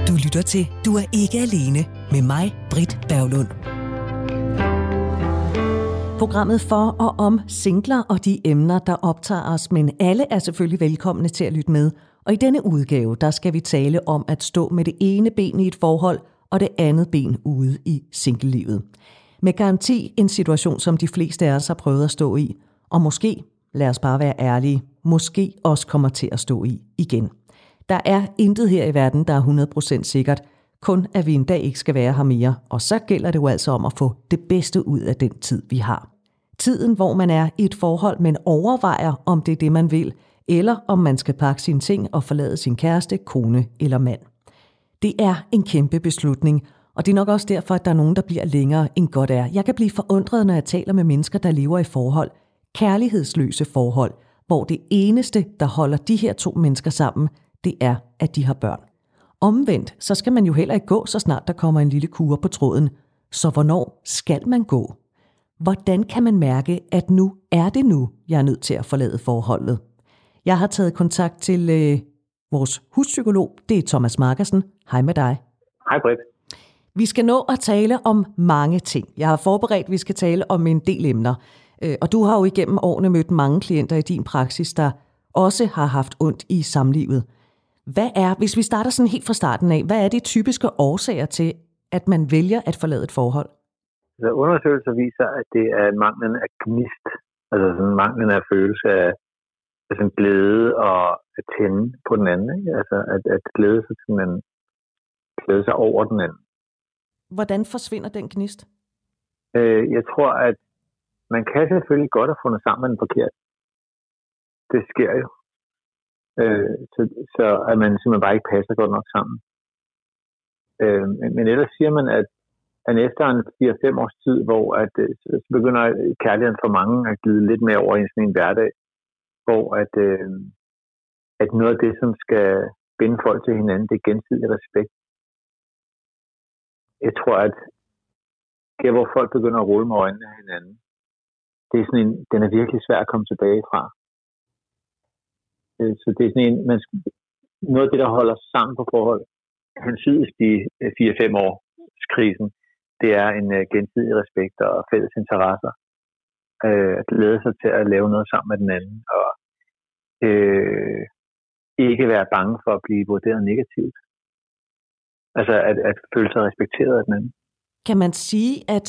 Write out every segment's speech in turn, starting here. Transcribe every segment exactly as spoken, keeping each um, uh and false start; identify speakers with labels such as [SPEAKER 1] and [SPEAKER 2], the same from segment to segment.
[SPEAKER 1] Du lytter til Du er ikke alene med mig, Britt Berglund. Programmet for og om singler og de emner, der optager os, men alle er selvfølgelig velkomne til at lytte med. Og i denne udgave, der skal vi tale om at stå med det ene ben i et forhold og det andet ben ude i singlelivet. Med garanti en situation, som de fleste af os har prøvet at stå i, og måske, lad os bare være ærlige, måske også kommer til at stå i igen. Der er intet her i verden, der er hundrede procent sikkert, kun at vi en dag ikke skal være her mere, og så gælder det jo altså om at få det bedste ud af den tid, vi har. Tiden, hvor man er i et forhold, men overvejer, om det er det, man vil, eller om man skal pakke sine ting og forlade sin kæreste, kone eller mand. Det er en kæmpe beslutning, og det er nok også derfor, at der er nogen, der bliver længere end godt er. Jeg kan blive forundret, når jeg taler med mennesker, der lever i forhold, kærlighedsløse forhold, hvor det eneste, der holder de her to mennesker sammen, det er, at de har børn. Omvendt, så skal man jo heller ikke gå, så snart der kommer en lille kurre på tråden. Så hvornår skal man gå? Hvordan kan man mærke, at nu er det nu, jeg er nødt til at forlade forholdet? Jeg har taget kontakt til øh, vores huspsykolog, det er Thomas Markersen. Hej med dig.
[SPEAKER 2] Hej Britt.
[SPEAKER 1] Vi skal nå at tale om mange ting. Jeg har forberedt, at vi skal tale om en del emner. Øh, og du har jo igennem årene mødt mange klienter i din praksis, der også har haft ondt i samlivet. Hvad er, hvis vi starter sådan helt fra starten af, hvad er de typiske årsager til, at man vælger at forlade et forhold?
[SPEAKER 2] Altså, undersøgelser viser, at det er manglen af gnist, altså sådan manglen af følelse af, af sådan glæde og at tænde på den anden, ikke? Altså at, at glæde sig til man glæde sig over den anden.
[SPEAKER 1] Hvordan forsvinder den gnist?
[SPEAKER 2] Øh, jeg tror, at man kan selvfølgelig godt have fundet sammen med den forkerte. Det sker jo. Øh, så, så at man simpelthen bare ikke passer godt nok sammen. Øh, men, men ellers siger man, at, at efter en fire fem års tid, hvor at, så begynder kærligheden for mange at glide lidt mere over i sådan en hverdag, hvor at, øh, at noget af det, som skal binde folk til hinanden, det er gensidig respekt. Jeg tror, at der, hvor folk begynder at rulle med øjnene af hinanden, det er sådan en, den er virkelig svær at komme tilbage fra. Så det er sådan en, man, noget af det, der holder sammen på forhold, hensydes de fire fem års krisen, det er en uh, gensidig respekt og fælles interesser. Uh, at glæde sig til at lave noget sammen med den anden, og uh, ikke være bange for at blive vurderet negativt. Altså at, at føle sig respekteret af den anden.
[SPEAKER 1] Kan man sige, at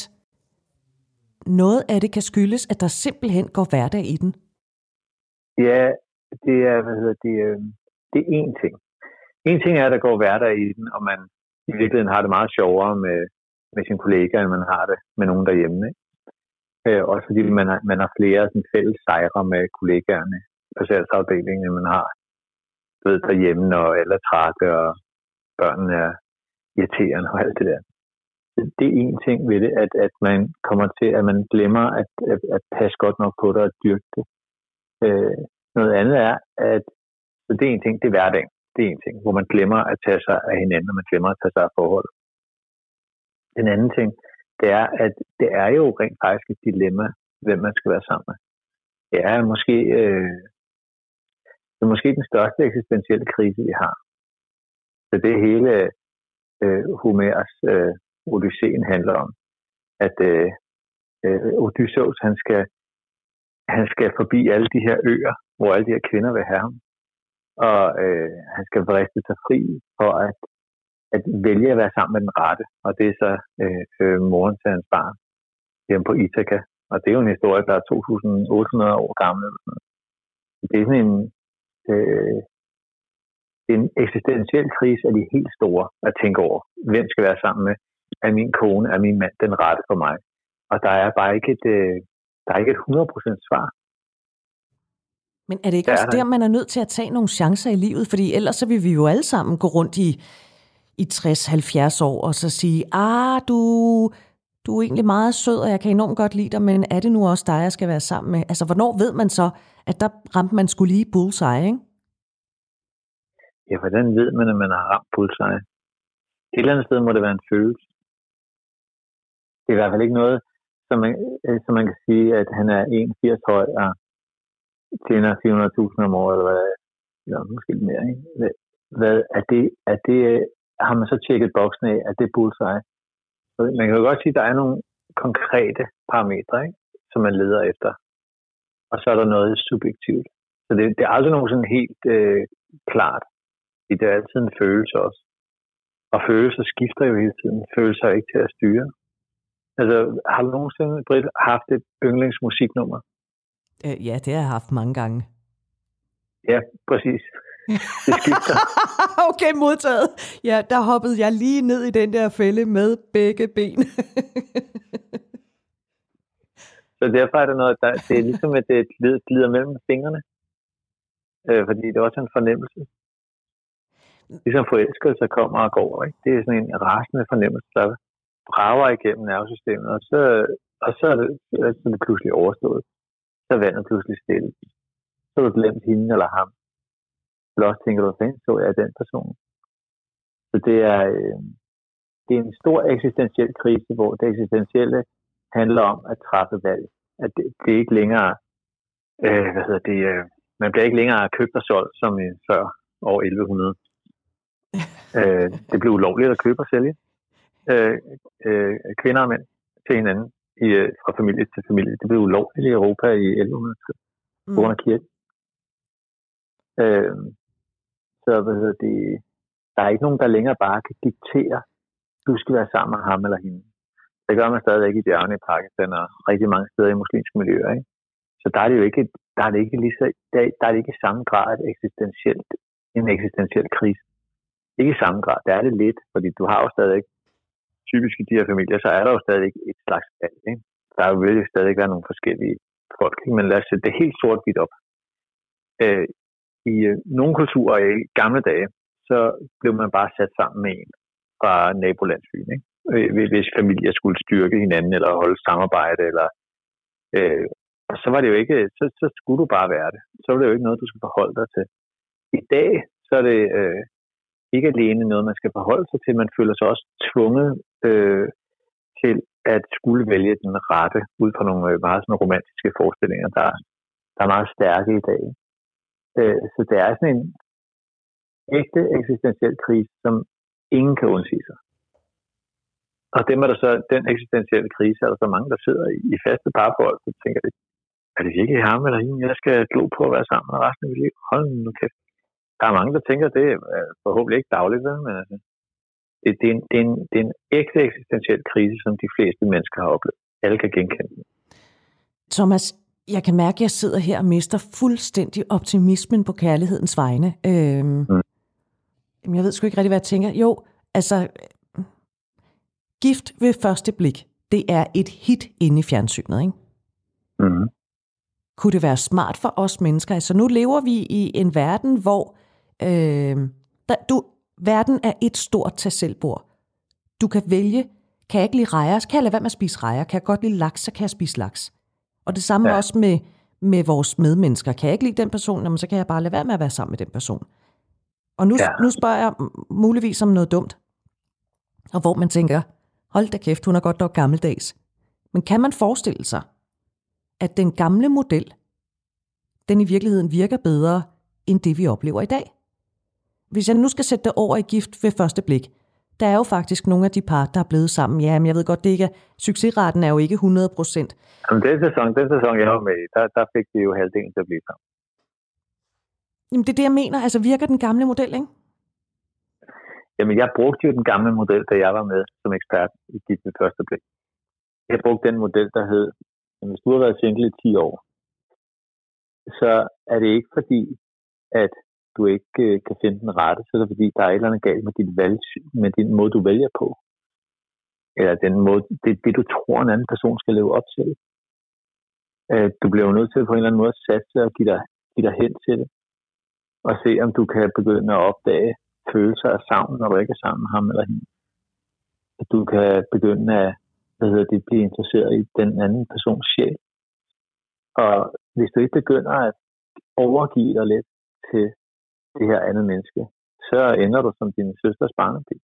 [SPEAKER 1] noget af det kan skyldes, at der simpelthen går hverdag i den?
[SPEAKER 2] Ja, det er, hvad hedder det, øh, det er én ting. En ting er, at der går hverdag i den, og man i virkeligheden har det meget sjovere med, med sine kollegaer, end man har det med nogen derhjemme. Ikke? Øh, også fordi man har, man har flere sådan, fælles sejre med kollegaerne på salgsafdelingen, end man har ved, derhjemme, når alle er trætte, og børnene er irriterende og alt det der. Det er en ting ved det, at, at man kommer til, at man glemmer at, at, at passe godt nok på det og dyrke det. Øh, Noget andet er, at så det er en ting, det er hverdagen. Det er en ting, hvor man glemmer at tage sig af hinanden, og man glemmer at tage sig af forholdet. Den anden ting, det er, at det er jo rent faktisk et dilemma, hvem man skal være sammen med. Det er måske, øh, det er måske den største eksistentielle krise, vi har. Så det hele øh, Homers øh, Odysseen handler om, at øh, øh, Odysseus, han skal, han skal forbi alle de her øer, hvor alle de her kvinder vil have ham. Og øh, han skal vriste sig fri for at, at vælge at være sammen med den rette. Og det er så øh, øh, moren til hans barn hjemme på Ithaka. Og det er jo en historie, der er to tusind otte hundrede år gammel. Det er sådan en, øh, en eksistentiel krise af de helt store at tænke over. Hvem skal være sammen med? Er min kone, er min mand den rette for mig? Og der er bare ikke et, øh, der er ikke et hundrede procent svar.
[SPEAKER 1] Men er det ikke også der, man er nødt til at tage nogle chancer i livet? Fordi ellers så vil vi jo alle sammen gå rundt i, i tres til halvfjerds år og så sige, ah, du, du er egentlig meget sød, og jeg kan enormt godt lide dig, men er det nu også dig, jeg skal være sammen med? Altså, hvornår ved man så, at der ramte man skulle lige bullseye, ikke?
[SPEAKER 2] Ja, hvordan ved man, at man har ramt bullseye? Et eller andet sted må det være en følelse. Det er i hvert fald ikke noget, som man, som man kan sige, at han er en komma firs høj og tjener fire hundrede tusind om året, eller hvad, eller måske lidt mere, ikke? Hvad, er det, er det, har man så tjekket boksen af, at det er bullseye. Så man kan jo godt sige, at der er nogle konkrete parametre, ikke, som man leder efter. Og så er der noget subjektivt. Så det, det er aldrig nogen sådan helt øh, klart. Det er altid en følelse også. Og følelser skifter jo hele tiden. Følelser er ikke til at styre. Altså, har du nogensinde, Britt, haft et yndlingsmusiknummer?
[SPEAKER 1] Øh, ja, det har jeg haft mange gange.
[SPEAKER 2] Ja, præcis. Det skifter.
[SPEAKER 1] Okay, modtaget. Ja, der hoppede jeg lige ned i den der fælde med begge ben.
[SPEAKER 2] Så derfor er det noget, der, det er ligesom, at det glider mellem fingrene. Øh, fordi det er også en fornemmelse. Ligesom forelskelse kommer og går, ikke? Det er sådan en rasende fornemmelse, der brager igennem nervesystemet, og så, og så, er det, så er det pludselig overstået. Så er vandet pludselig stille. Så er du glemt hende eller ham. Eller også tænker du, at så er den person. Så det er, øh, det er en stor eksistentiel krise, hvor det eksistentielle handler om at træffe valg. At det, det er ikke længere, øh, hvad hedder det, øh, man bliver ikke længere købt og solgt som i før år elleve hundrede. øh, det blev ulovligt at købe og sælge øh, øh, kvinder og mænd til hinanden i, øh, fra familie til familie. Det blev ulovligt i Europa i elleve hundrede på grund af kirken. Øh, så hvad hedder det, der er ikke nogen, der længere bare kan diktere, du skal være sammen med ham eller hende. Det gør man stadigvæk i bjergene i Pakistan og rigtig mange steder i muslimske miljøer. Ikke? Så der er det jo ikke, der er det ikke lige så, der, der er det ikke i samme grad et eksistentielt, en eksistentiel krise. Ikke i samme grad. Der er det lidt, fordi du har jo stadig, typisk i de her familier, så er der jo stadig et slags valg. Ikke? Der er jo virkelig stadig være nogle forskellige folk, ikke? Men lad os sætte det helt sort-hvidt op. Øh, I øh, nogle kulturer i gamle dage, så blev man bare sat sammen med en fra nabolandsbyen, ikke? Hvis familier skulle styrke hinanden, eller holde samarbejde, eller øh, så var det jo ikke, så, så skulle du bare være det. Så var det jo ikke noget, du skulle forholde dig til. I dag, så er det øh, ikke alene noget, man skal forholde sig til, man føler sig også tvunget øh, til at skulle vælge den rette, ud fra nogle øh, meget sådan romantiske forestillinger, der, der er meget stærke i dag. Øh, så det er sådan en ægte eksistentiel krise, som ingen kan undsige sig. Og dem er der så, den eksistentielle krise, er der så mange, der sidder i, i faste parforhold, så tænker de, er det virkelig ham eller hende, jeg skal glo på at være sammen med resten af mit liv? Hold nu kæft. Der er mange, der tænker, det er forhåbentlig ikke dagligt, men altså, det, det, er en, det, er en, det er en ægte eksistentiel krise, som de fleste mennesker har oplevet. Alle kan genkende den.
[SPEAKER 1] Thomas, jeg kan mærke, at jeg sidder her og mister fuldstændig optimismen på kærlighedens vegne. Øhm, mm. Jeg ved sgu ikke rigtig, hvad jeg tænker. Jo, altså... Gift ved første blik, det er et hit inde i fjernsynet, ikke?
[SPEAKER 2] Mm-hmm.
[SPEAKER 1] Kunne det være smart for os mennesker? Altså nu lever vi i en verden, hvor øh, der, du, verden er et stort tag selv-bord. Du kan vælge, kan jeg ikke lide rejer, så kan jeg lade være med at spise rejer. Kan jeg godt lide laks, så kan jeg spise laks. Og det samme ja. også med, med vores medmennesker. Kan jeg ikke lide den person, jamen, så kan jeg bare lade være med at være sammen med den person. Og nu, ja. nu spørger jeg muligvis om noget dumt. Og hvor man tænker, hold da kæft, hun er godt nok gammeldags. Men kan man forestille sig, at den gamle model, den i virkeligheden virker bedre, end det vi oplever i dag? Hvis jeg nu skal sætte det over i Gift ved første blik, der er jo faktisk nogle af de par, der er blevet sammen. Ja, men jeg ved godt, det ikke er, succesraten er jo ikke hundrede procent.
[SPEAKER 2] Jamen, den sæson, den sæson, jeg var med i, der, der fik de jo halvdelen til at blive sammen.
[SPEAKER 1] Jamen, det er det, jeg mener. Altså, virker den gamle model, ikke?
[SPEAKER 2] Jamen, jeg brugte jo den gamle model, da jeg var med som ekspert i Gift ved første blik. Jeg brugte den model, der hed, hvis du har været single i ti år, så er det ikke fordi, at du ikke øh, kan finde den rette, så er det fordi, der er et eller andet galt med dit valg, med din måde, du vælger på. Eller den måde, det, det du tror, en anden person skal leve op til. Øh, du bliver jo nødt til på en eller anden måde at satse og give dig, give dig hen til det. Og se, om du kan begynde at opdage følelser af savn, når du ikke er sammen med ham eller hende. At du kan begynde at hvad hedder det, blive interesseret i den anden persons sjæl. Og hvis du ikke begynder at overgive dig lidt til det her andet menneske, så ender du som din søsters barnebil.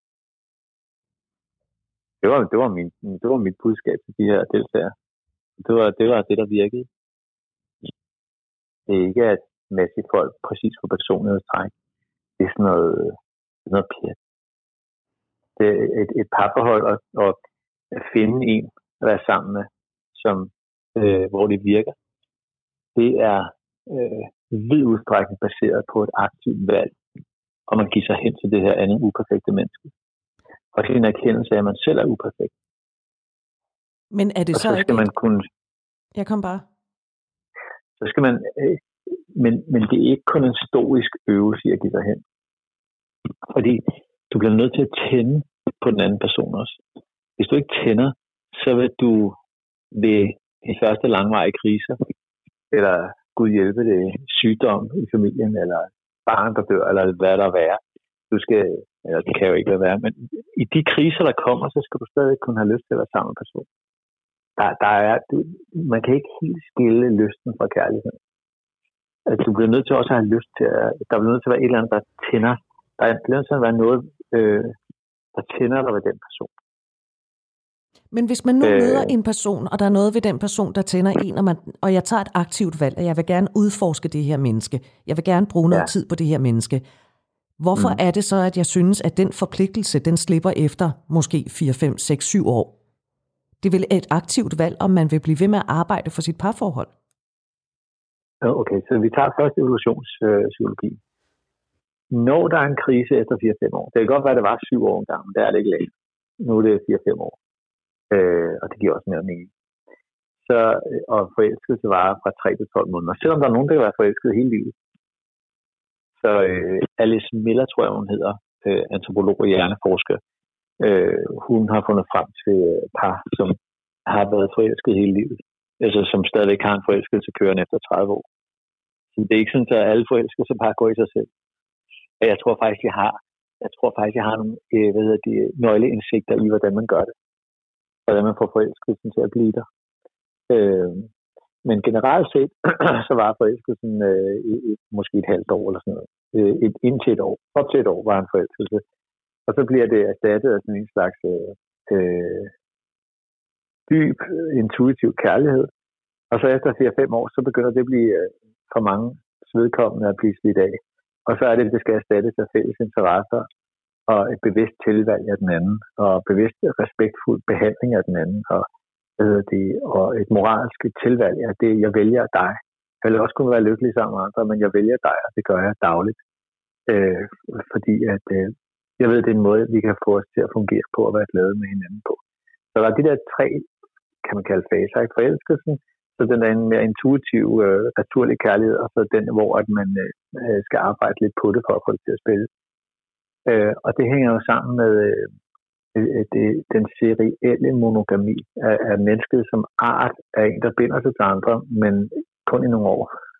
[SPEAKER 2] Det var, det var, min, det var mit budskab til de her deltagere. Det var, det var det, der virkede. Det er ikke at masse folk præcis for personlighedstræk. Det er sådan noget, noget pjat. et, et parforhold og, og at finde en at være sammen med, som, øh, hvor det virker, det er øh, vid udstrækning baseret på et aktivt valg, og man giver sig hen til det her andet uperfekte menneske. Og til en erkendelse af, at man selv er uperfekt.
[SPEAKER 1] Men er det
[SPEAKER 2] og
[SPEAKER 1] så,
[SPEAKER 2] så skal
[SPEAKER 1] ikke
[SPEAKER 2] man
[SPEAKER 1] et...
[SPEAKER 2] kunne...
[SPEAKER 1] Jeg kom bare.
[SPEAKER 2] Så skal man... Øh, men, men det er ikke kun en stoisk øvelse i at give sig hen. Fordi du bliver nødt til at tænde på den anden person også. Hvis du ikke tænder, så vil du ved de første langvarige kriser, eller Gud hjælpe det, sygdom i familien, eller barn, der dør, eller hvad der er. Du skal, eller det kan jo ikke være, men i de kriser, der kommer, så skal du stadig kunne have lyst til at være sammen med person. Der, der er, du, man kan ikke helt skille lysten fra kærligheden. Altså, du bliver nødt til også at have lyst til at, der bliver nødt til at være et eller andet, der tænder. Der bliver nødt til at være noget, øh, der tænder dig ved den person.
[SPEAKER 1] Men hvis man nu
[SPEAKER 2] øh,
[SPEAKER 1] møder en person, og der er noget ved den person, der tænder en, og, man, og jeg tager et aktivt valg, og jeg vil gerne udforske det her menneske, jeg vil gerne bruge noget ja. tid på det her menneske, hvorfor mm. er det så, at jeg synes, at den forpligtelse, den slipper efter måske fire, fem, seks, syv år? Det er vel et aktivt valg, om man vil blive ved med at arbejde for sit parforhold?
[SPEAKER 2] Okay, så vi tager først evolutionspsykologi. Øh, Når der er en krise efter fire til fem år, det kan godt være, at det var syv år engang, men det er det ikke længere. Nu er det fire til fem år. Øh, og det giver også mere mening. Så, og forelskelse varer fra tre til tolv måneder. Selvom der er nogen, der kan være forelsket hele livet. Så øh, Alice Miller, tror jeg, hun hedder, øh, antropolog og hjerneforsker, øh, hun har fundet frem til par, som har været forelsket hele livet. Altså som stadigvæk har en forelskelse kørende efter tredive år. Så det er ikke sådan, at alle forelskelser bare går i sig selv. Og jeg tror faktisk, jeg har, jeg tror faktisk, jeg har nogle øh, hvad hedder de, nøgleindsigter i, hvordan man gør det. Hvordan man får forelskelsen til at blive der. Øh, men generelt set, så var forelskelsen øh, i, i, måske et halvt år eller sådan noget. Øh, et, indtil et år. Op til et år var en forelskelse. Og så bliver det erstattet af sådan en slags øh, øh, dyb, intuitiv kærlighed. Og så efter fire til fem år, så begynder det at blive øh, for mange vedkommende at blive slidt af. Og så er det, at det skal erstattes af fælles interesser og et bevidst tilvalg af den anden, og bevidst respektfuld behandling af den anden, og, øh, det, og et moralsk tilvalg af det, jeg vælger dig. Jeg vil også kunne være lykkelig sammen med andre, men jeg vælger dig, og det gør jeg dagligt. Øh, fordi at, øh, jeg ved, det er en måde, vi kan få os til at fungere på og være glade med hinanden på. Så der er de der tre, kan man kalde faser i forelskelsen. Så den er en mere intuitiv, øh, naturlig kærlighed, og så den, hvor at man øh, skal arbejde lidt på det for at få det til at spille. Øh, og det hænger jo sammen med øh, det, den serielle monogami af, af mennesket som art af en, der binder sig til andre, men kun i nogle år.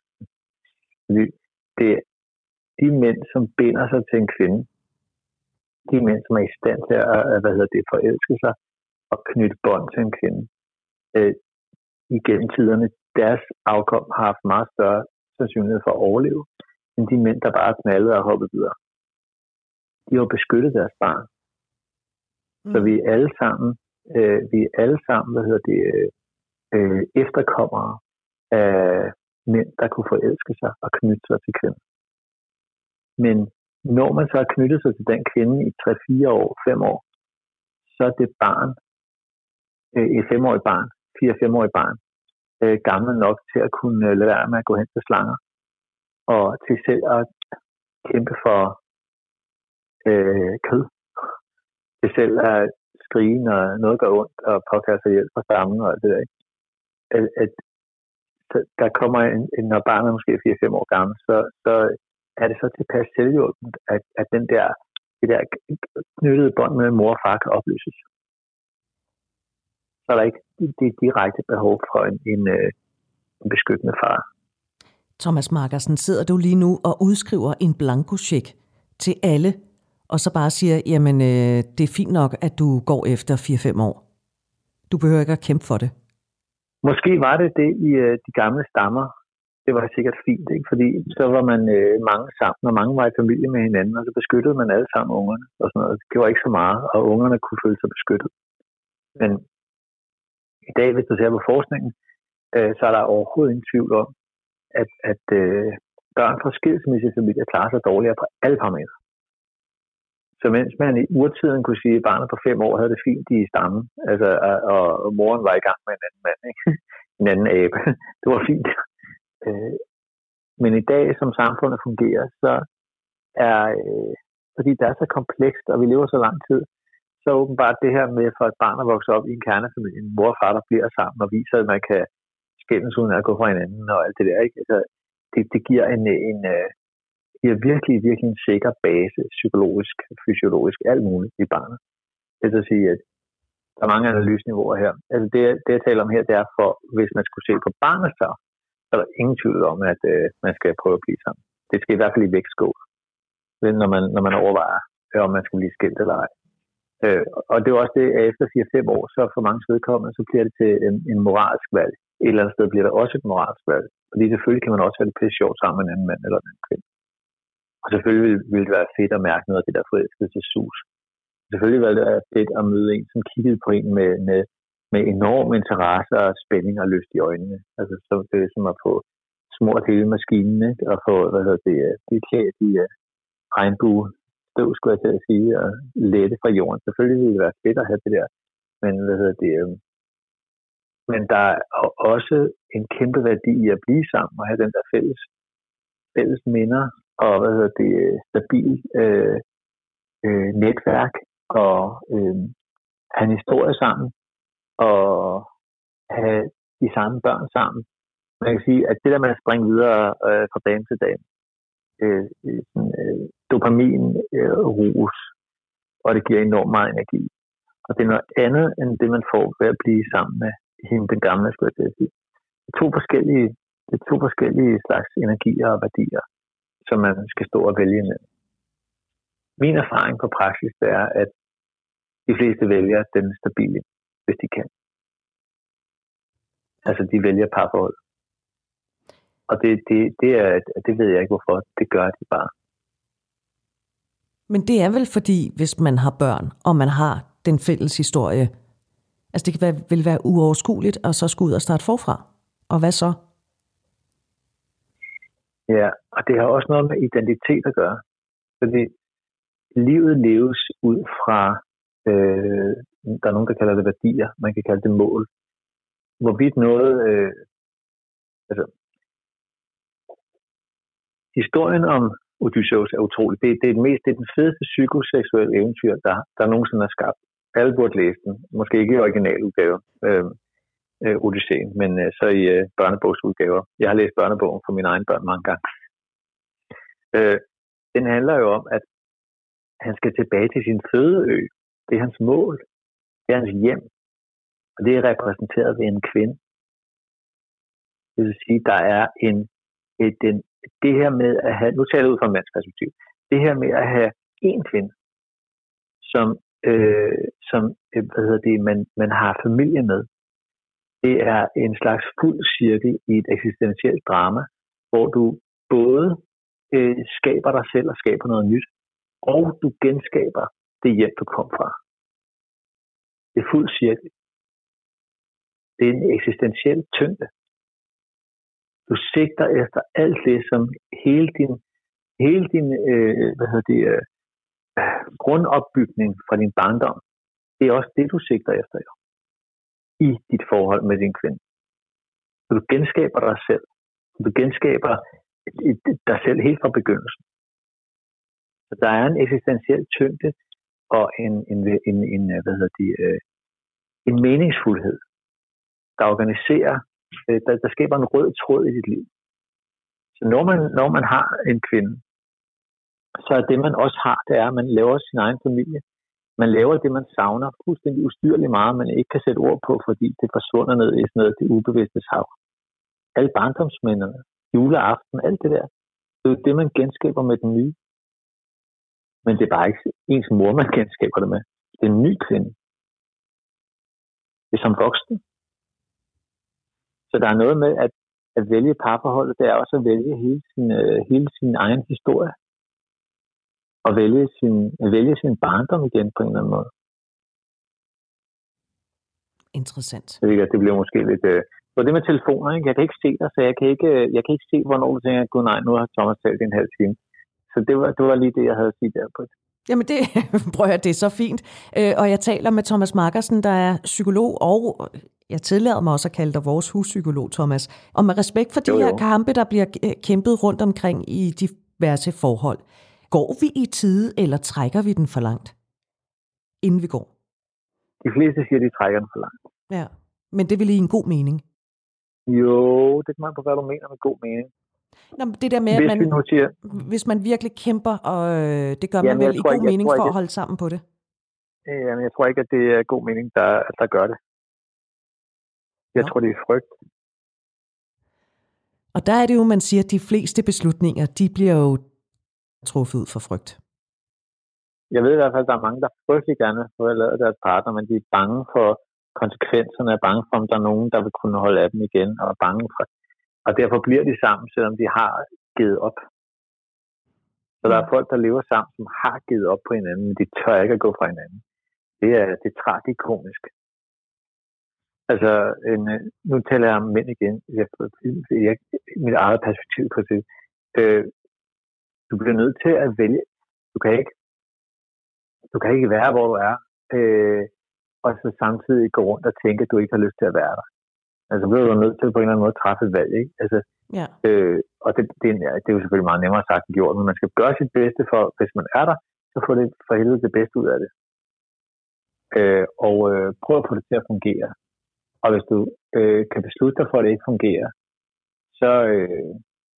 [SPEAKER 2] Det er de mænd, som binder sig til en kvinde, de mænd, som er i stand til at hvad hedder det, forelske sig og knytte bånd til en kvinde, øh, igennem tiderne, deres afkom har haft meget større sandsynlighed for at overleve, end de mænd, der bare knaldede og hoppede videre. De har beskyttet deres barn. Mm. Så vi er alle sammen, øh, vi er alle sammen, hvad hedder det, øh, efterkommere af mænd, der kunne forelske sig og knytte sig til kvinder. Men når man så har knyttet sig til den kvinde i tre fire år, fem år, så er det barn, øh, et femårigt barn, fire femårigt barn, øh, gammel nok til at kunne øh, lade være med at gå hen til slanger, og til selv at kæmpe for øh, kød. Til selv at skrige, når noget går ondt, og påkalde sig hjælp fra stammen og alt det der. At, at, der kommer en, en, når barnet er måske fire fem år gammel, så, så er det så tilpas selvhjulpent, at, at den der, det der knyttede bånd med mor og far kan opløses. Så er der ikke det direkte behov for en, en, en beskyttende far.
[SPEAKER 1] Thomas Markersen, sidder du lige nu og udskriver en blankocheck til alle, og så bare siger, jamen øh, det er fint nok, at du går efter fire fem år. Du behøver ikke at kæmpe for det.
[SPEAKER 2] Måske var det det i øh, de gamle stammer. Det var sikkert fint, ikke? Fordi så var man øh, mange sammen, og mange var i familie med hinanden, og så beskyttede man alle sammen ungerne. Og sådan noget. Det var ikke så meget, og ungerne kunne føle sig beskyttet. Men i dag, hvis du ser på forskningen, øh, så er der overhovedet ingen tvivl om, at, at øh, børn fra skilsmissefamilier klarer sig dårligere på alle parametre. Så Så mens man i urtiden kunne sige, at barnet på fem år havde det fint i stammen, altså, og, og moren var i gang med en anden mand, ikke? En anden abe, det var fint. Øh, men i dag, som samfundet fungerer, så er, øh, fordi det er så komplekst, og vi lever så lang tid, så åbenbart det her med for et barn at vokse op i en kernefamilie, en mor og far, der bliver sammen og viser, at man kan skændes uden at gå fra hinanden og alt det der, ikke? Altså, det, det giver en, en, øh, giver virkelig, virkelig en sikker base, psykologisk, fysiologisk, alt muligt i barnet. Det vil sige, at der er mange analyseniveauer her. Altså det, det, jeg taler om her, det er for, hvis man skulle se på barnets tarv, så er der ingen tvivl om, at øh, man skal prøve at blive sammen. Det skal i hvert fald i vægtskå, når man, når man overvejer, om man skal blive skilt eller ej. Øh, og det er også det, at efter fire til fem år, så for mange vedkommende, så bliver det til en, en moralsk valg. Et eller andet sted bliver det også et moralsk valg. Fordi selvfølgelig kan man også have det pisse sjovt sammen med en anden mand eller en anden kvinde. Og selvfølgelig ville, ville det være fedt at mærke noget af det der forelskelsessus. Selvfølgelig ville det være fedt at møde en, som kiggede på en med, med, med enorm interesse og spænding og lyst i øjnene. Altså så det er som at få smurt hele maskinen, ikke? Og få, hvad hedder det, de klædt i uh, regnbue støv, skulle jeg til at sige, og lette fra jorden. Selvfølgelig ville det være fedt at have det der. Men hvad hedder det, øh, men der er også en kæmpe værdi i at blive sammen og have den der fælles, fælles minder og hvad hedder det, stabil øh, øh, netværk og øh, have en historie sammen og have de samme børn sammen. Man kan sige, at det der med at springe videre øh, fra dag til dag, øh, øh, dopamin, øh, rus, og det giver enormt meget energi. Og det er noget andet, end det man får ved at blive sammen med hende, den gamle, skulle jeg til at sige. Det er to forskellige, det er to forskellige slags energier og værdier, som man skal stå og vælge imellem. Min erfaring på praksis er, at de fleste vælger den stabile, hvis de kan. Altså, de vælger parforhold. Og det, det, det, er, det ved jeg ikke, hvorfor. Det gør de bare.
[SPEAKER 1] Men det er vel fordi, hvis man har børn, og man har den fælles historie, altså det kan være, vil være uoverskueligt, at så skulle ud og starte forfra. Og hvad så?
[SPEAKER 2] Ja, og det har også noget med identitet at gøre. Fordi livet leves ud fra, øh, der er nogen, der kalder det værdier, man kan kalde det mål. Hvorvidt noget, øh, altså, historien om Odysseus er utrolig. Det, det er den mest, det er den fedeste psykoseksuelle eventyr, der, der nogensinde er skabt. Alle burde læse den. Måske ikke i originaludgave, øh, øh, Odysseen, men øh, så i øh, børnebogsudgaver. Jeg har læst børnebogen for mine egne børn mange gange. Øh, den handler jo om, at han skal tilbage til sin fødeø. Det er hans mål. Det er hans hjem. Og det er repræsenteret ved en kvinde. Det vil sige, der er en, et, en det her med at have, nu taler jeg ud fra en mands perspektiv, det her med at have en kvinde, som, øh, som hvad hedder det, man, man har familie med, det er en slags fuld cirkel i et eksistentielt drama, hvor du både øh, skaber dig selv og skaber noget nyt, og du genskaber det hjem, du kom fra. Det er fuld cirkel. Det er en eksistentiel tyngde. Du sigter efter alt det, som hele din, hele din øh, hvad hedder det, øh, grundopbygning fra din barndom, det er også det, du sigter efter jo, i dit forhold med din kvinde. Så du genskaber dig selv. Du genskaber dig selv helt fra begyndelsen. Så der er en eksistentiel tyngde og en, en, en, en, hvad hedder det, øh, en meningsfuldhed, der organiserer. Der, der skaber en rød tråd i dit liv. Så når man, når man har en kvinde, så er det, man også har, det er, at man laver sin egen familie. Man laver det, man savner fuldstændig ustyrligt meget, man ikke kan sætte ord på, fordi det forsvunder ned i sådan noget, det ubevidste hav. Alle barndomsminderne, juleaften, alt det der, det er det, man genskaber med den nye. Men det er bare ikke ens mor, man genskaber det med. Det er en ny kvinde. Det er som voksen. Så der er noget med, at, at vælge parforholdet, det er også at vælge hele sin, øh, hele sin egen historie. Og vælge sin, vælge sin barndom igen på en eller anden måde.
[SPEAKER 1] Interessant.
[SPEAKER 2] Det, det bliver måske lidt... Øh, for det med telefoner, ikke? Jeg kan ikke se dig, så jeg kan ikke, jeg kan ikke se, hvornår du tænker, gud nej, nu har Thomas talt en halv time. Så det var, det var lige det, jeg havde at sige der på det.
[SPEAKER 1] Jamen det, prøver jeg, det er så fint. Øh, og jeg taler med Thomas Markersen, der er psykolog, og jeg tillader mig også at kalde dig vores huspsykolog, Thomas. Og med respekt for de
[SPEAKER 2] jo, jo.
[SPEAKER 1] her kampe, der bliver kæmpet rundt omkring i diverse forhold. Går vi i tide, eller trækker vi den for langt, inden vi går?
[SPEAKER 2] De fleste siger, de trækker den for langt.
[SPEAKER 1] Ja, men det vil i en god mening.
[SPEAKER 2] Jo, det kan man på, hvad du mener med god mening.
[SPEAKER 1] Nå, det der med, at man,
[SPEAKER 2] siger,
[SPEAKER 1] hvis man virkelig kæmper, og det gør man vel i god ikke, mening for ikke, at holde sammen på det?
[SPEAKER 2] Jamen, jeg tror ikke, at det er god mening, der, der gør det. Jeg Nå. tror, det er frygt.
[SPEAKER 1] Og der er det jo, man siger, at de fleste beslutninger, de bliver jo truffet ud for frygt.
[SPEAKER 2] Jeg ved i hvert fald, at der er mange, der frygtelig gerne vil forlade deres partner, men de er bange for konsekvenserne, er bange for, om der er nogen, der vil kunne holde af dem igen, og er bange for. Og derfor bliver de sammen, selvom de har givet op. Så der er folk, der lever sammen, som har givet op på hinanden, men de tør ikke at gå fra hinanden. Det er, det er tragikomisk. Altså, en, nu taler jeg om mænd igen. Jeg, jeg, mit eget perspektiv på det. Øh, du bliver nødt til at vælge. Du kan ikke, du kan ikke være, hvor du er, øh, og så samtidig gå rundt og tænke, at du ikke har lyst til at være der. Altså, så bliver du nødt til på en eller anden måde at træffe et valg, ikke? Altså,
[SPEAKER 1] ja.
[SPEAKER 2] øh, og det, det, det er jo selvfølgelig meget nemmere sagt end gjort, men man skal gøre sit bedste for, hvis man er der, så får det for helvede det bedste ud af det. Øh, og øh, prøv at få det til at fungere. Og hvis du øh, kan beslutte dig for, at det ikke fungerer, så, øh,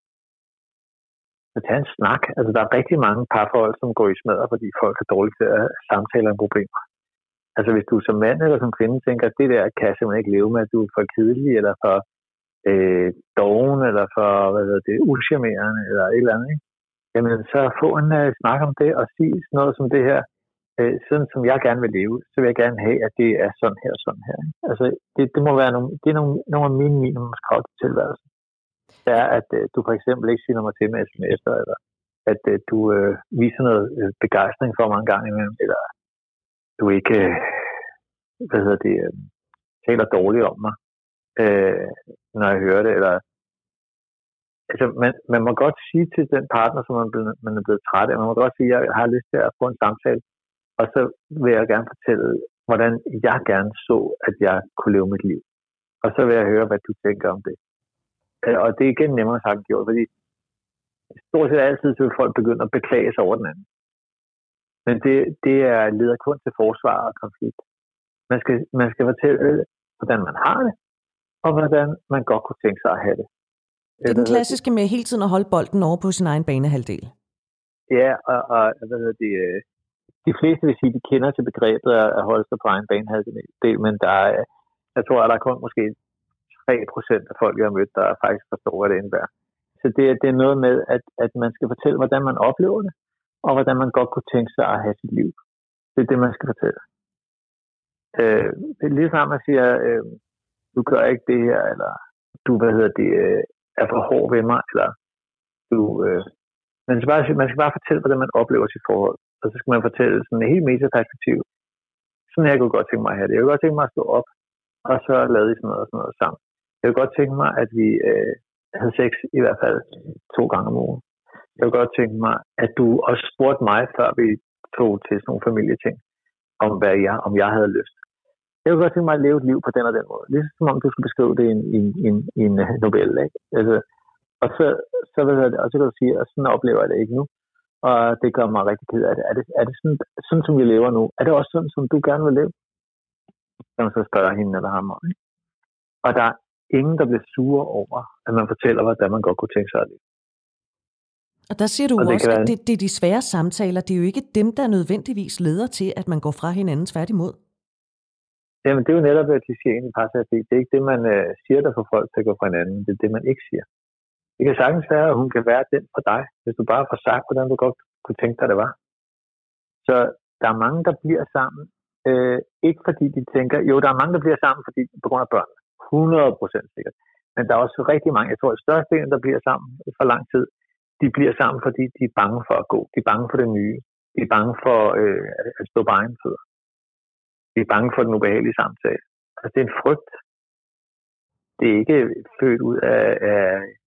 [SPEAKER 2] så tag en snak. Altså, der er rigtig mange parforhold, som går i smadder, fordi folk er dårlige til at samtale om problemer. Altså, hvis du som mand eller som kvinde tænker, at det der kan jeg simpelthen ikke leve med, at du er for kedelig, eller for øh, doven, eller for hvad hedder det, uschammerende, eller et eller andet, ikke? Jamen, så få en uh, snak om det, og sige sådan noget som det her. Øh, sådan som jeg gerne vil leve, så vil jeg gerne have, at det er sådan her og sådan her. Ikke? Altså, det, det må være nogle, det er nogle, nogle af mine minimumskrav til tilværelsen. Det er, at øh, du for eksempel ikke siger mig til med sms'er, eller at øh, du øh, viser noget øh, begejstring for mange gange imellem, eller du ikke, øh, hvad hedder det, øh, taler dårligt om mig, øh, når jeg hører det, eller altså, man, man må godt sige til den partner, som man, blevet, man er blevet træt af, man må godt sige, at jeg har lyst til at få en samtale, og så vil jeg gerne fortælle, hvordan jeg gerne så, at jeg kunne leve mit liv. Og så vil jeg høre, hvad du tænker om det. Og det er igen nemmere sagt gjort, fordi stort set altid så vil folk begynde at beklage sig over den anden. Men det, det er leder kun til forsvar og konflikt. Man skal, man skal fortælle, hvordan man har det, og hvordan man godt kunne tænke sig at have det.
[SPEAKER 1] Det er den klassiske med hele tiden at holde bolden over på sin egen banehalvdel.
[SPEAKER 2] Ja, og, og hvad hedder det, de fleste vil sige, de kender til begrebet at holde sig på egen banehalvdel, men der er, jeg tror, at der er kun måske tre procent af folk, jeg har mødt, der faktisk forstår, hvad det indebærer. Så det, det er noget med, at, at man skal fortælle, hvordan man oplever det, og hvordan man godt kunne tænke sig at have sit liv. Det er det, man skal fortælle. Øh, det er lige snart, man siger, øh, du gør ikke det her, eller du, hvad hedder det, øh, er for hård ved mig, eller du... Øh, man, skal bare, man skal bare fortælle, hvordan man oplever sit forhold. Og så skal man fortælle sådan et helt metaperspektiv. Sådan her kunne jeg godt tænke mig at have det. Jeg kunne godt tænke mig at stå op, og så lavede I sådan noget og sådan noget sammen. Jeg kunne godt tænke mig, at vi øh, havde sex i hvert fald to gange om ugen. Jeg kunne godt tænke mig, at du også spurgte mig, før vi tog til sådan nogle familieting, om hvad jeg, om jeg havde lyst. Jeg kunne godt tænke mig at leve et liv på den og den måde. Ligesom om du skulle beskrive det i en, i en, i en, i en novelle. Ikke? Altså, og så, så, ved jeg, og så kan du sige, at sådan oplever jeg det ikke nu. Og det gør mig rigtig ked af det. Er det, er det sådan, sådan, som vi lever nu? Er det også sådan, som du gerne vil leve? Så man så spørger hende eller ham om. Ikke? Og der er ingen, der bliver sure over, at man fortæller, hvordan man godt kunne tænke sig at leve.
[SPEAKER 1] Og der siger du og også, at det, det er de svære samtaler. Det er jo ikke dem, der nødvendigvis leder til, at man går fra hinanden tværtimod.
[SPEAKER 2] Jamen, det er jo netop, at de siger egentlig parterapi. Det er ikke det, man øh, siger, der får folk til at gå fra hinanden. Det er det, man ikke siger. Det kan sagtens være, at hun kan være den for dig, hvis du bare får sagt, hvordan du godt kunne tænke dig, det var. Så der er mange, der bliver sammen. Øh, ikke fordi de tænker... Jo, der er mange, der bliver sammen fordi, på grund af børn. hundrede procent sikkert. Men der er også rigtig mange... Jeg tror, at størstedelen, der bliver sammen for lang tid, de bliver sammen, fordi de er bange for at gå. De er bange for det nye. De er bange for øh, at stå på egen fødder. De er bange for den ubehagelige samtale. Altså, det er en frygt. Det er ikke født ud af, af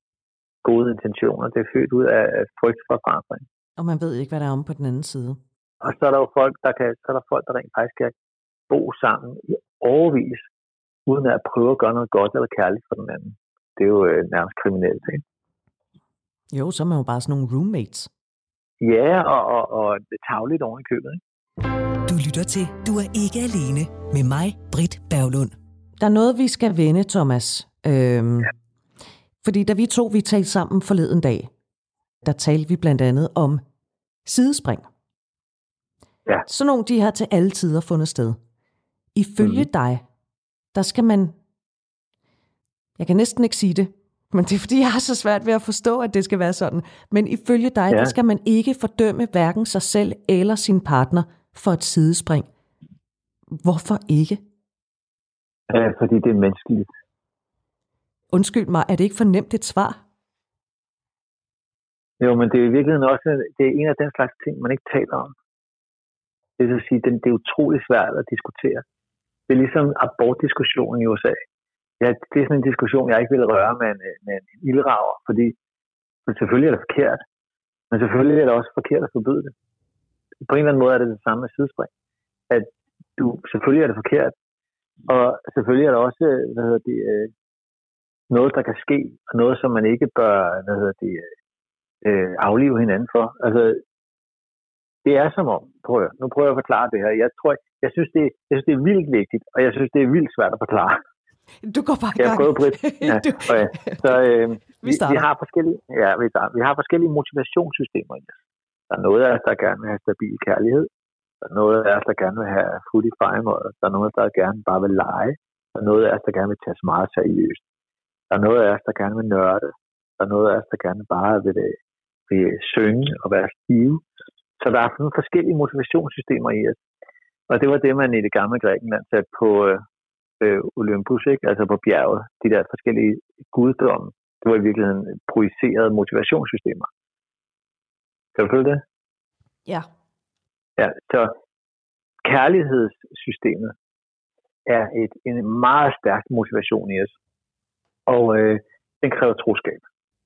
[SPEAKER 2] gode intentioner. Det er født ud af frygt for forandring.
[SPEAKER 1] Og man ved ikke, hvad der er om på den anden side.
[SPEAKER 2] Og så er der jo folk, der kan, så er der folk, der rent faktisk kan bo sammen i årevis, uden at prøve at gøre noget godt eller kærligt for den anden. Det er jo øh, nærmest kriminelt, ikke?
[SPEAKER 1] Jo, så er man jo bare sådan nogle roommates.
[SPEAKER 2] Ja, og, og, og tagligt oven i købet, ikke?
[SPEAKER 3] Du lytter til Du er ikke alene med mig, Britt Berglund.
[SPEAKER 1] Der er noget, vi skal vende, Thomas. Øhm, ja. Fordi da vi to vi talte sammen forleden dag, der talte vi blandt andet om sidespring.
[SPEAKER 2] Ja.
[SPEAKER 1] Sådan nogle, de har til alle tider fundet sted. Ifølge mm-hmm. dig, der skal man... Jeg kan næsten ikke sige det, men det er fordi, jeg har så svært ved at forstå, at det skal være sådan. Men ifølge dig, ja. der skal man ikke fordømme hverken sig selv eller sin partner for et sidespring. Hvorfor ikke?
[SPEAKER 2] Ja, fordi det er menneskeligt.
[SPEAKER 1] Undskyld mig, er det ikke for nemt et svar?
[SPEAKER 2] Jo, men det er i virkeligheden også det er en af den slags ting, man ikke taler om. Det vil sige, det er utrolig svært at diskutere. Det er ligesom abortdiskussionen i U S A. Ja, det er sådan en diskussion, jeg ikke vil røre med en, med en ildrager, fordi selvfølgelig er det forkert, men selvfølgelig er det også forkert at forbyde det. På en eller anden måde er det det samme med sidespring. At du, selvfølgelig er det forkert, og selvfølgelig er det også hvad hedder det, noget, der kan ske, og noget, som man ikke bør hvad hedder det, aflive hinanden for. Altså, det er som om, prøv at, nu prøver jeg at forklare det her. Jeg tror, jeg synes, det, jeg synes, det er vildt vigtigt, og jeg synes, det er vildt svært at forklare.
[SPEAKER 1] Du går bare i gang.
[SPEAKER 2] Jeg prøver, Britt. Ja, okay. Så øh, vi, vi, har forskellige, ja, vi, starter. vi har forskellige motivationssystemer i os. Der er noget af os, der gerne vil have stabil kærlighed. Der er noget af os, der gerne vil have food i fejmål. Der er noget, der gerne bare vil lege. Der er noget af os, der gerne vil tages meget seriøst. Der er noget af os, der gerne vil nørde. Der er noget af os, der gerne bare vil, vil synge og være stive. Så der er sådan forskellige motivationssystemer i os. Og det var det, man i det gamle Grækenland satte på øh, Olympus, ikke? Altså på bjerget. De der forskellige guddomme. Det var i virkeligheden projicerede motivationssystemer. Kan du følge det?
[SPEAKER 1] Ja.
[SPEAKER 2] Ja, så kærlighedssystemet er et, en meget stærk motivation i os. Og øh, den kræver troskab.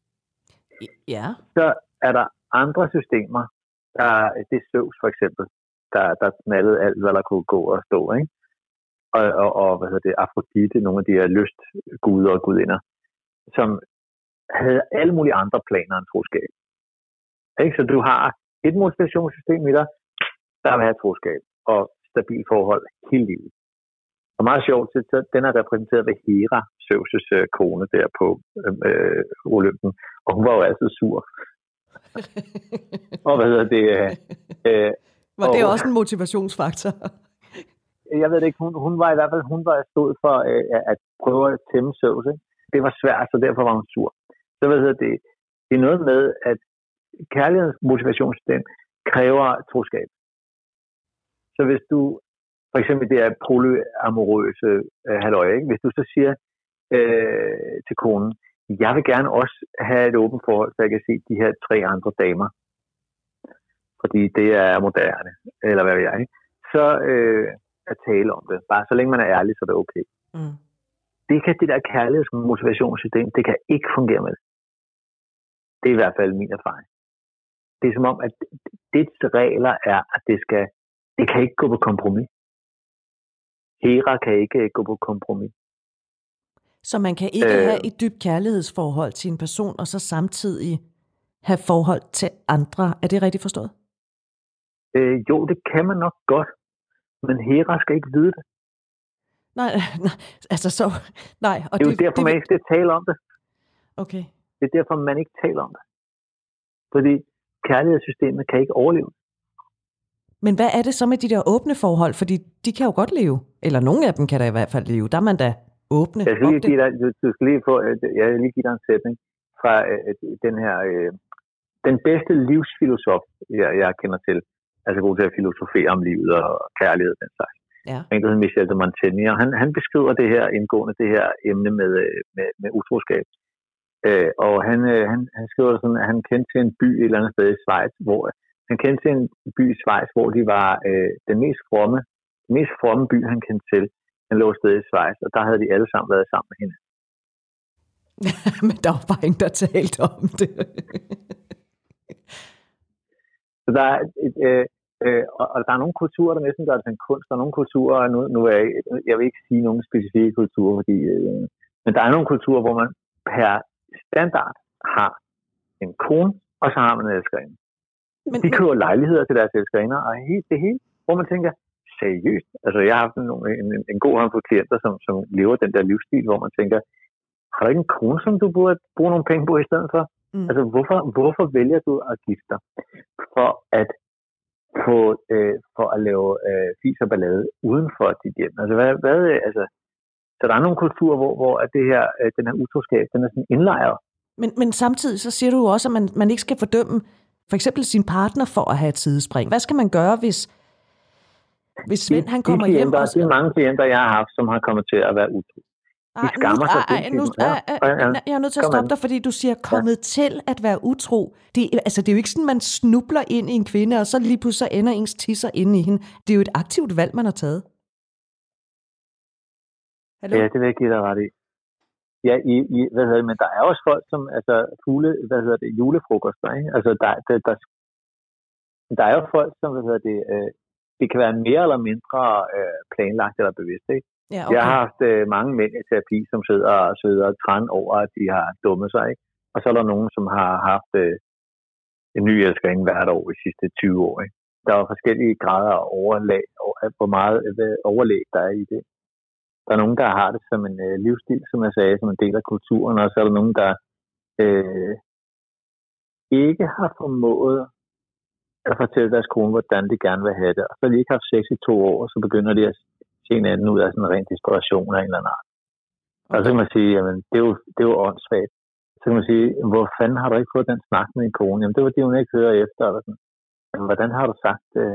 [SPEAKER 1] Ja.
[SPEAKER 2] Så er der andre systemer, der det er Zeus for eksempel, der, der knaldede alt, hvad der kunne gå og stå, ikke? Og, og, og hvad hedder det, Afrodite, nogle af de her lystguder og gudinder, som havde alle mulige andre planer end troskab. Ikke? Så du har et motivationssystem i dig, der vil have troskab og stabilt forhold hele livet. Og meget sjovt, så den er repræsenteret ved Hera, Zeus' øh, kone der på øh, Olympen, og hun var jo altid sur. Og hvad hedder det? Øh,
[SPEAKER 1] var det
[SPEAKER 2] og,
[SPEAKER 1] også en motivationsfaktor?
[SPEAKER 2] Jeg ved det ikke, hun, hun var i hvert fald, hun var stod for øh, at prøve at tæmme Zeus, ikke? Det var svært, så derfor var hun sur. Så hvad hedder det? Det er noget med, at kærlighedens motivationssystem kræver troskab. Så hvis du, for eksempel det er polyamorøse øh, halløj, ikke? Hvis du så siger øh, til konen, jeg vil gerne også have et åbent forhold, så jeg kan se de her tre andre damer, fordi det er moderne, eller hvad ved jeg, ikke? Så øh, at tale om det. Bare så længe man er ærlig, så er det okay.
[SPEAKER 1] Mm.
[SPEAKER 2] Det kan det der kærlighedsmotivationssystem, det kan ikke fungere med. Det er i hvert fald min erfaring. Det er som om, at dets regler er, at det skal, det kan ikke gå på kompromis. Hera kan ikke gå på kompromis.
[SPEAKER 1] Så man kan ikke
[SPEAKER 2] øh,
[SPEAKER 1] have et dybt kærlighedsforhold til en person, og så samtidig have forhold til andre. Er det rigtigt forstået?
[SPEAKER 2] Øh, jo, det kan man nok godt. Men Hera skal ikke vide det.
[SPEAKER 1] Nej, nej altså så... Nej, og
[SPEAKER 2] det er
[SPEAKER 1] det,
[SPEAKER 2] jo derfor,
[SPEAKER 1] det,
[SPEAKER 2] man ikke skal tale om det.
[SPEAKER 1] Okay.
[SPEAKER 2] Det er derfor, man ikke taler om det. Fordi kærlighedssystemet kan ikke overleve.
[SPEAKER 1] Men hvad er det så med de der åbne forhold? Fordi de kan jo godt leve. Eller nogle af dem kan da i hvert fald leve. Der er man da åbne.
[SPEAKER 2] Jeg skal lige give dig, du, du skal lige få, jeg vil lige give dig en sætning fra øh, den her... Øh, den bedste livsfilosof, jeg, jeg kender til, altså god til at filosofere om livet og kærlighed, den slags.
[SPEAKER 1] Ja.
[SPEAKER 2] En, der hedder Michel de Montaigne, og han, han beskriver det her indgående, det her emne med, med, med utroskab. Øh, og han, han, han skriver sådan, at han kendte til en by et eller andet sted i Schweiz, hvor han kendte til en by i Schweiz, hvor de var øh, den mest fromme, den mest fromme by, han kendte til. Han lå et sted i Schweiz, og der havde de alle sammen været sammen med hende.
[SPEAKER 1] Men der var bare ingen, der talte om det.
[SPEAKER 2] Så der er, et, øh, Øh, og, og der er nogle kulturer, der næsten gør det til en kunst, og nogle kulturer, nu, nu er jeg, jeg vil ikke sige nogle specifikke kulturer, fordi, øh, men der er nogle kulturer, hvor man per standard har en kone, og så har man en elskerinde. Men, de køber lejligheder til deres elskerinder, og helt det hele, hvor man tænker, seriøst. Altså, jeg har haft en, en, en god håndfuld klienter, som, som lever den der livsstil, hvor man tænker, har du ikke en kone, som du burde bruge nogle penge på i stedet for? Mm. Altså, hvorfor, hvorfor vælger du at gifte dig? For at få, øh, for at lave øh, fis og ballade uden for dit hjem. Altså, hvad, hvad, altså, så der er nogle kulturer, hvor, hvor at det her, øh, den her utroskab, den er sådan indlejret.
[SPEAKER 1] Men, men samtidig så siger du jo også, at man, man ikke skal fordømme for eksempel sin partner for at have et sidespring. Hvad skal man gøre, hvis, hvis Svend han kommer
[SPEAKER 2] de klienter,
[SPEAKER 1] hjem? Og så...
[SPEAKER 2] Det er mange klienter, jeg har haft, som har kommet til at være utro. De skammer sig til.
[SPEAKER 1] Jeg er nødt til at stoppe dig, fordi du siger, kommet ja. til at være utro. Det, altså, det er jo ikke sådan, man snubler ind i en kvinde, og så lige pludselig ender ens tisser inde i hende. Det er jo et aktivt valg, man har taget. Hallo?
[SPEAKER 2] Ja, det vil jeg give dig ret i. Ja, i, i, hvad hedder det, men der er også folk, som, altså, fugle, hvad hedder det, julefrokoster, ikke? Altså, der, der, der, der er jo folk, som, hvad hedder det, øh, det kan være mere eller mindre øh, planlagt eller bevidst, ikke?
[SPEAKER 1] Ja, okay.
[SPEAKER 2] Jeg har haft øh, mange mænd i terapi, som sidder og sidder og træn over, at de har dummet sig, ikke? Og så er der nogen, som har haft øh, en ny elskerinde hvert år i de sidste tyve år, ikke? Der er forskellige grader af overlag, og hvor meget øh, overlæg der er i det. Der er nogen, der har det som en øh, livsstil, som jeg sagde, som en del af kulturen, og så er der nogen, der øh, ikke har formået at fortælle deres kone, hvordan de gerne vil have det. Og så har de ikke haft sex i to år, så begynder de at se en anden ud af sådan en ren desperation af en eller anden art. Okay. Og så kan man sige, jamen, det er jo, det er jo åndssvagt. Så kan man sige, hvor fanden har du ikke fået den snak med en kone? Jamen, det var det, hun ikke hører efter. Eller sådan. Jamen, hvordan har du sagt det?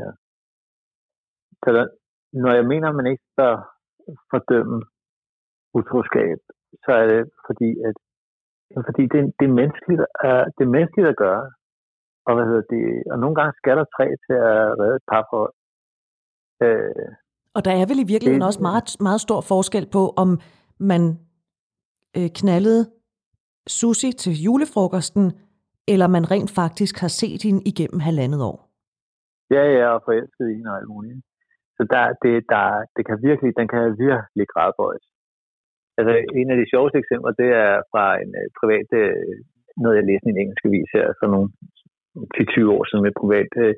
[SPEAKER 2] Så der, når jeg mener, at man ikke bør fordømme utroskab, så er det fordi, at fordi det, det, er menneskeligt, uh, det er menneskeligt at gøre. Og, hvad hedder det, og nogle gange skal der træ til at redde et par forhold. Uh,
[SPEAKER 1] og der er vel i virkeligheden det, også meget, meget stor forskel på, om man øh, knaldede sushi til julefrokosten, eller man rent faktisk har set hende igennem halvandet år.
[SPEAKER 2] Ja, ja, og forelsket i hende og alt muligt. Så der, det, der, det kan virkelig, den kan virkelig gradbøjes. Altså, en af de sjoveste eksempler, det er fra en uh, privat, uh, noget jeg læste i en engelsk avis her, for nogle ti til tyve år siden, med et privat uh,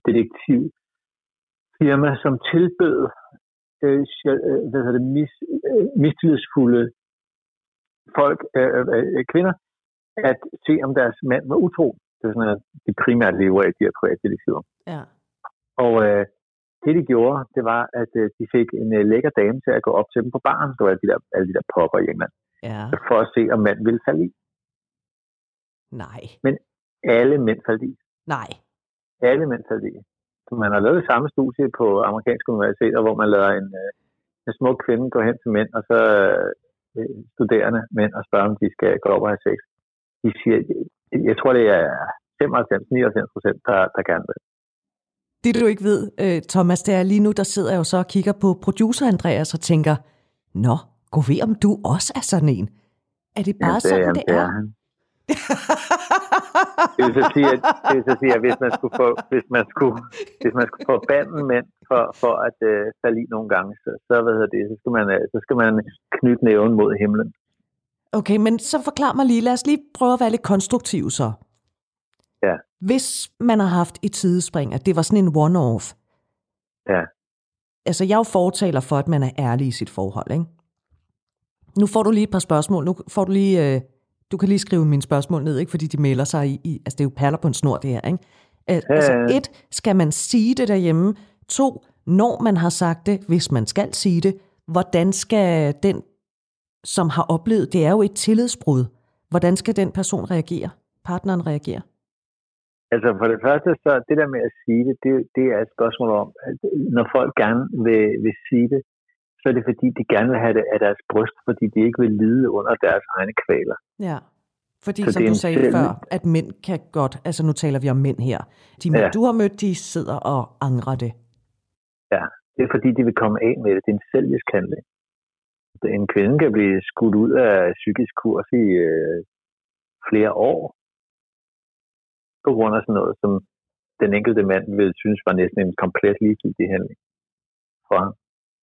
[SPEAKER 2] detektivfirma, som tilbød uh, hvad hedder det, mis, uh, mistillidsfulde folk, uh, uh, kvinder, at se, om deres mand var utro. Det er sådan, at de primært lever af de her private detektiver.
[SPEAKER 1] Ja.
[SPEAKER 2] Og uh, det, de gjorde, det var, at uh, de fik en uh, lækker dame til at gå op til dem på baren, så var de der, alle de der popper i England,
[SPEAKER 1] ja.
[SPEAKER 2] for at se, om manden ville falde i.
[SPEAKER 1] Nej.
[SPEAKER 2] Men alle mænd faldt i.
[SPEAKER 1] Nej.
[SPEAKER 2] Alle mænd faldt i. Så man har lavet samme studie på amerikanske universiteter, hvor man lader en, uh, en smuk kvinde gå hen til mænd, og så uh, studerende mænd og spørge, om de skal gå op og have sex. De siger, jeg tror, det er femoghalvfems til nioghalvfems procent, der, der gerne vil.
[SPEAKER 1] Det du ikke ved, Thomas, det er lige nu, der sidder jeg jo så og kigger på producer Andreas og tænker, nå, gå ved om du også er sådan en. Er det bare ja, det, sådan, jamen, det er?
[SPEAKER 2] er det vil så sige, at, det vil så sige, at hvis man skulle få, hvis man skulle, hvis man skulle få banden mænd for, for at uh, falde i nogle gange, så, så, hvad hedder det, så, skal man, så skal man knytte næven mod himlen.
[SPEAKER 1] Okay, men så forklar mig lige, lad os lige prøve at være lidt konstruktiv så.
[SPEAKER 2] Ja.
[SPEAKER 1] Hvis man har haft et sidespring, at det var sådan en one-off.
[SPEAKER 2] Ja.
[SPEAKER 1] Altså, jeg er jo fortaler for, at man er ærlig i sit forhold, ikke? Nu får du lige et par spørgsmål. Nu får du lige, øh, du kan lige skrive mine spørgsmål ned, ikke? Fordi de melder sig i, i, altså det er jo perler på en snor, det her, ikke? Altså, ja. et, skal man sige det derhjemme? To, når man har sagt det, hvis man skal sige det, hvordan skal den, som har oplevet, det er jo et tillidsbrud, hvordan skal den person reagere? Partneren reagere?
[SPEAKER 2] Altså for det første, så det der med at sige det, det, det er et spørgsmål om, at når folk gerne vil, vil sige det, så er det fordi, de gerne vil have det af deres bryst, fordi de ikke vil lide under deres egne kvaler.
[SPEAKER 1] Ja, fordi så som du sagde selv... før, at mænd kan godt, altså nu taler vi om mænd her, de mænd, ja. du har mødt, de sidder og angrer det.
[SPEAKER 2] Ja, det er fordi, de vil komme af med det. Det er en selvisk handling. En kvinde kan blive skudt ud af psykisk kurs i øh, flere år, på grund af sådan noget, som den enkelte mand ville synes var næsten en komplet ligegyldig handling for ham.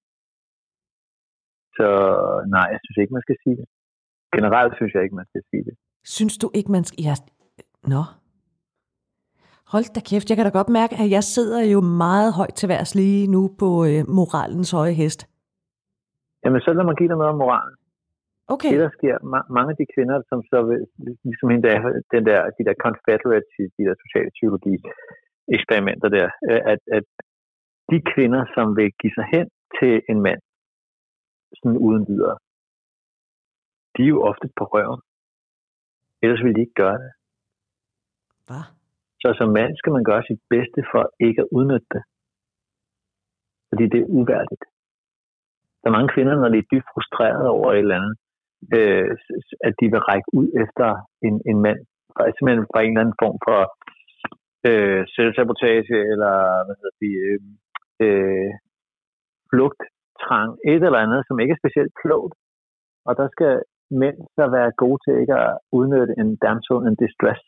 [SPEAKER 2] Så nej, jeg synes ikke, man skal sige det. Generelt synes jeg ikke, man skal sige det.
[SPEAKER 1] Synes du ikke, man skal... Ja. Nå. Hold da kæft, jeg kan da godt mærke, at jeg sidder jo meget højt til værs lige nu på øh, moralens høje hest.
[SPEAKER 2] Jamen, så lad mig give dig noget om moralen.
[SPEAKER 1] Okay.
[SPEAKER 2] Det, der sker, ma- mange af de kvinder, som så vil, ligesom hende der, den der, de der Confederates, de der sociale psykologi-eksperimenter der, at, at de kvinder, som vil give sig hen til en mand, sådan uden videre, de er jo ofte på røven. Ellers vil de ikke gøre det.
[SPEAKER 1] Hvad?
[SPEAKER 2] Så som mand skal man gøre sit bedste for ikke at udnytte det. Fordi det er uværdigt. Der er mange kvinder, når de er dybt frustrerede over et eller andet, øh, at de vil række ud efter en, en mand. Simpelthen fra en eller anden form for øh, selvsabotage, eller hvad hedder det, øh, øh, flugttrang, et eller andet, som ikke er specielt klogt. Og der skal mænd så være gode til ikke at udnytte en damsel in distress.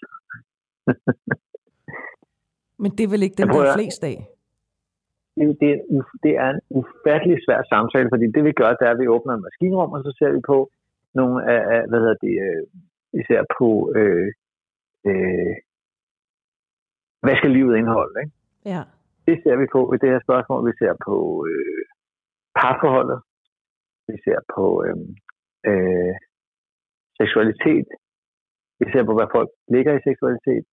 [SPEAKER 1] Men det er vel ikke den, der er flest af?
[SPEAKER 2] Det, det, det er en ufattelig svær samtale, fordi det vi gør, det er, at vi åbner en maskinrum, og så ser vi på nogle af, af hvad hedder det, øh, vi ser på, øh, øh, hvad skal livet indeholde, ikke?
[SPEAKER 1] Ja.
[SPEAKER 2] Det ser vi på i det her spørgsmål. Vi ser på øh, parforholdet. Vi ser på øh, øh, seksualitet. Vi ser på, hvad folk ligger i seksualitet.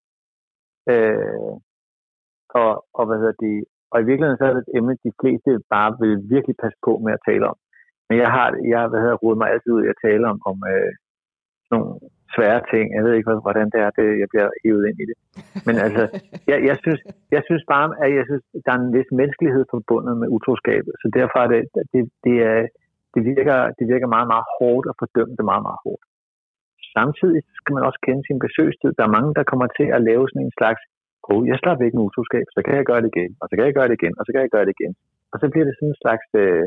[SPEAKER 2] Øh, og, og hvad hedder det, og i virkeligheden så er det et emne, de fleste bare vil virkelig passe på med at tale om. Men jeg har, jeg hvad hedder, rodet mig altid ud i at tale om, om øh, nogle svære ting. Jeg ved ikke, hvordan det er, det, jeg bliver hivet ind i det. Men altså, jeg, jeg, synes, jeg synes bare, at jeg synes, der er en vis menneskelighed forbundet med utroskabet. Så derfor er det, det, det, er, det, virker, det virker meget, meget hårdt at fordømme det meget, meget hårdt. Samtidig skal man også kende sin besøgstid. Der er mange, der kommer til at lave sådan en slags, oh, jeg slapper ikke med utroskab, så kan jeg gøre det igen, og så kan jeg gøre det igen, og så kan jeg gøre det igen. Og så bliver det sådan en slags øh,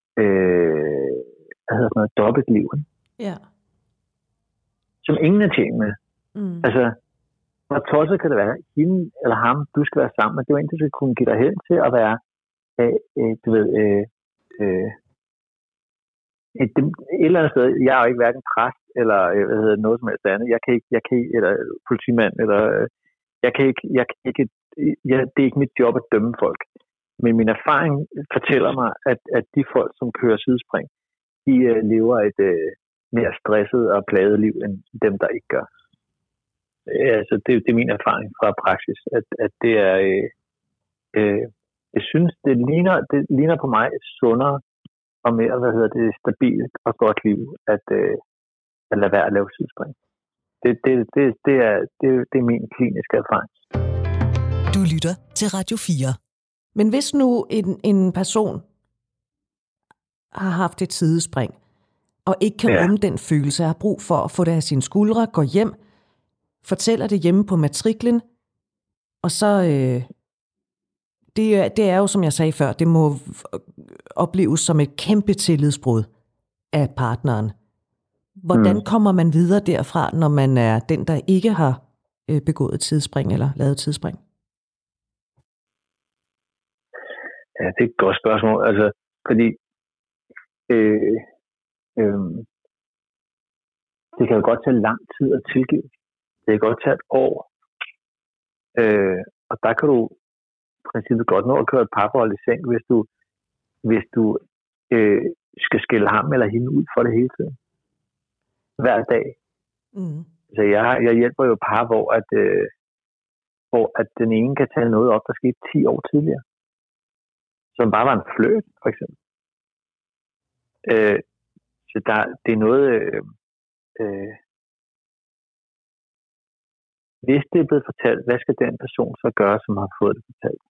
[SPEAKER 2] øh, hvad hedder sådan noget, dobbeltliv.
[SPEAKER 1] Ja.
[SPEAKER 2] Som ingen er tjent med.
[SPEAKER 1] Mm.
[SPEAKER 2] Altså, hvor tosset kan det være, hende eller ham, du skal være sammen med, det er jo en, der skal kunne give dig hen til at være, øh, øh, du ved, øh, øh, et, et eller andet sted, jeg er jo ikke hverken præst, eller hvad hedder, noget som helst andet, jeg kan ikke, jeg kan ikke, eller politimand, eller jeg kan ikke, jeg kan ikke, jeg, det er ikke mit job at dømme folk. Men min erfaring fortæller mig, at, at de folk, som kører sidespring, de uh, lever et uh, mere stresset og plaget liv, end dem, der ikke gør. Altså, det, det er min erfaring fra praksis, at, at det er, øh, øh, jeg synes, det ligner, det ligner på mig et sundere og mere, hvad hedder det, stabilt og godt liv, at, øh, at lade være at lave sidespring. Det, det, det, det, er, det, det er min kliniske erfaring.
[SPEAKER 3] Du lytter til Radio fire.
[SPEAKER 1] Men hvis nu en, en person har haft et sidespring, og ikke kan ja. rumme den følelse, har brug for at få det af sine skuldre, går hjem, fortæller det hjemme på matriklen, og så, øh, det, det er jo, som jeg sagde før, det må opleves som et kæmpe tillidsbrud af partneren. Hvordan mm. kommer man videre derfra, når man er den, der ikke har øh, begået et tidsspring eller lavet et tidsspring?
[SPEAKER 2] Ja, det er et godt spørgsmål. Altså, fordi øh, øh, det kan jo godt tage lang tid at tilgive. Det kan godt tage et år. Øh, og der kan du i princippet godt nå at køre et parforhold i seng, hvis du, hvis du øh, skal skille ham eller hende ud for det hele tiden. Hver dag. Mm. Så jeg, jeg hjælper jo par, hvor at, øh, hvor at den ene kan tale noget op, der skete ti år tidligere. Som bare var en fløjt, for eksempel. Øh, så der, det er noget... Øh, øh, hvis det er blevet fortalt, hvad skal den person så gøre, som har fået det fortalt?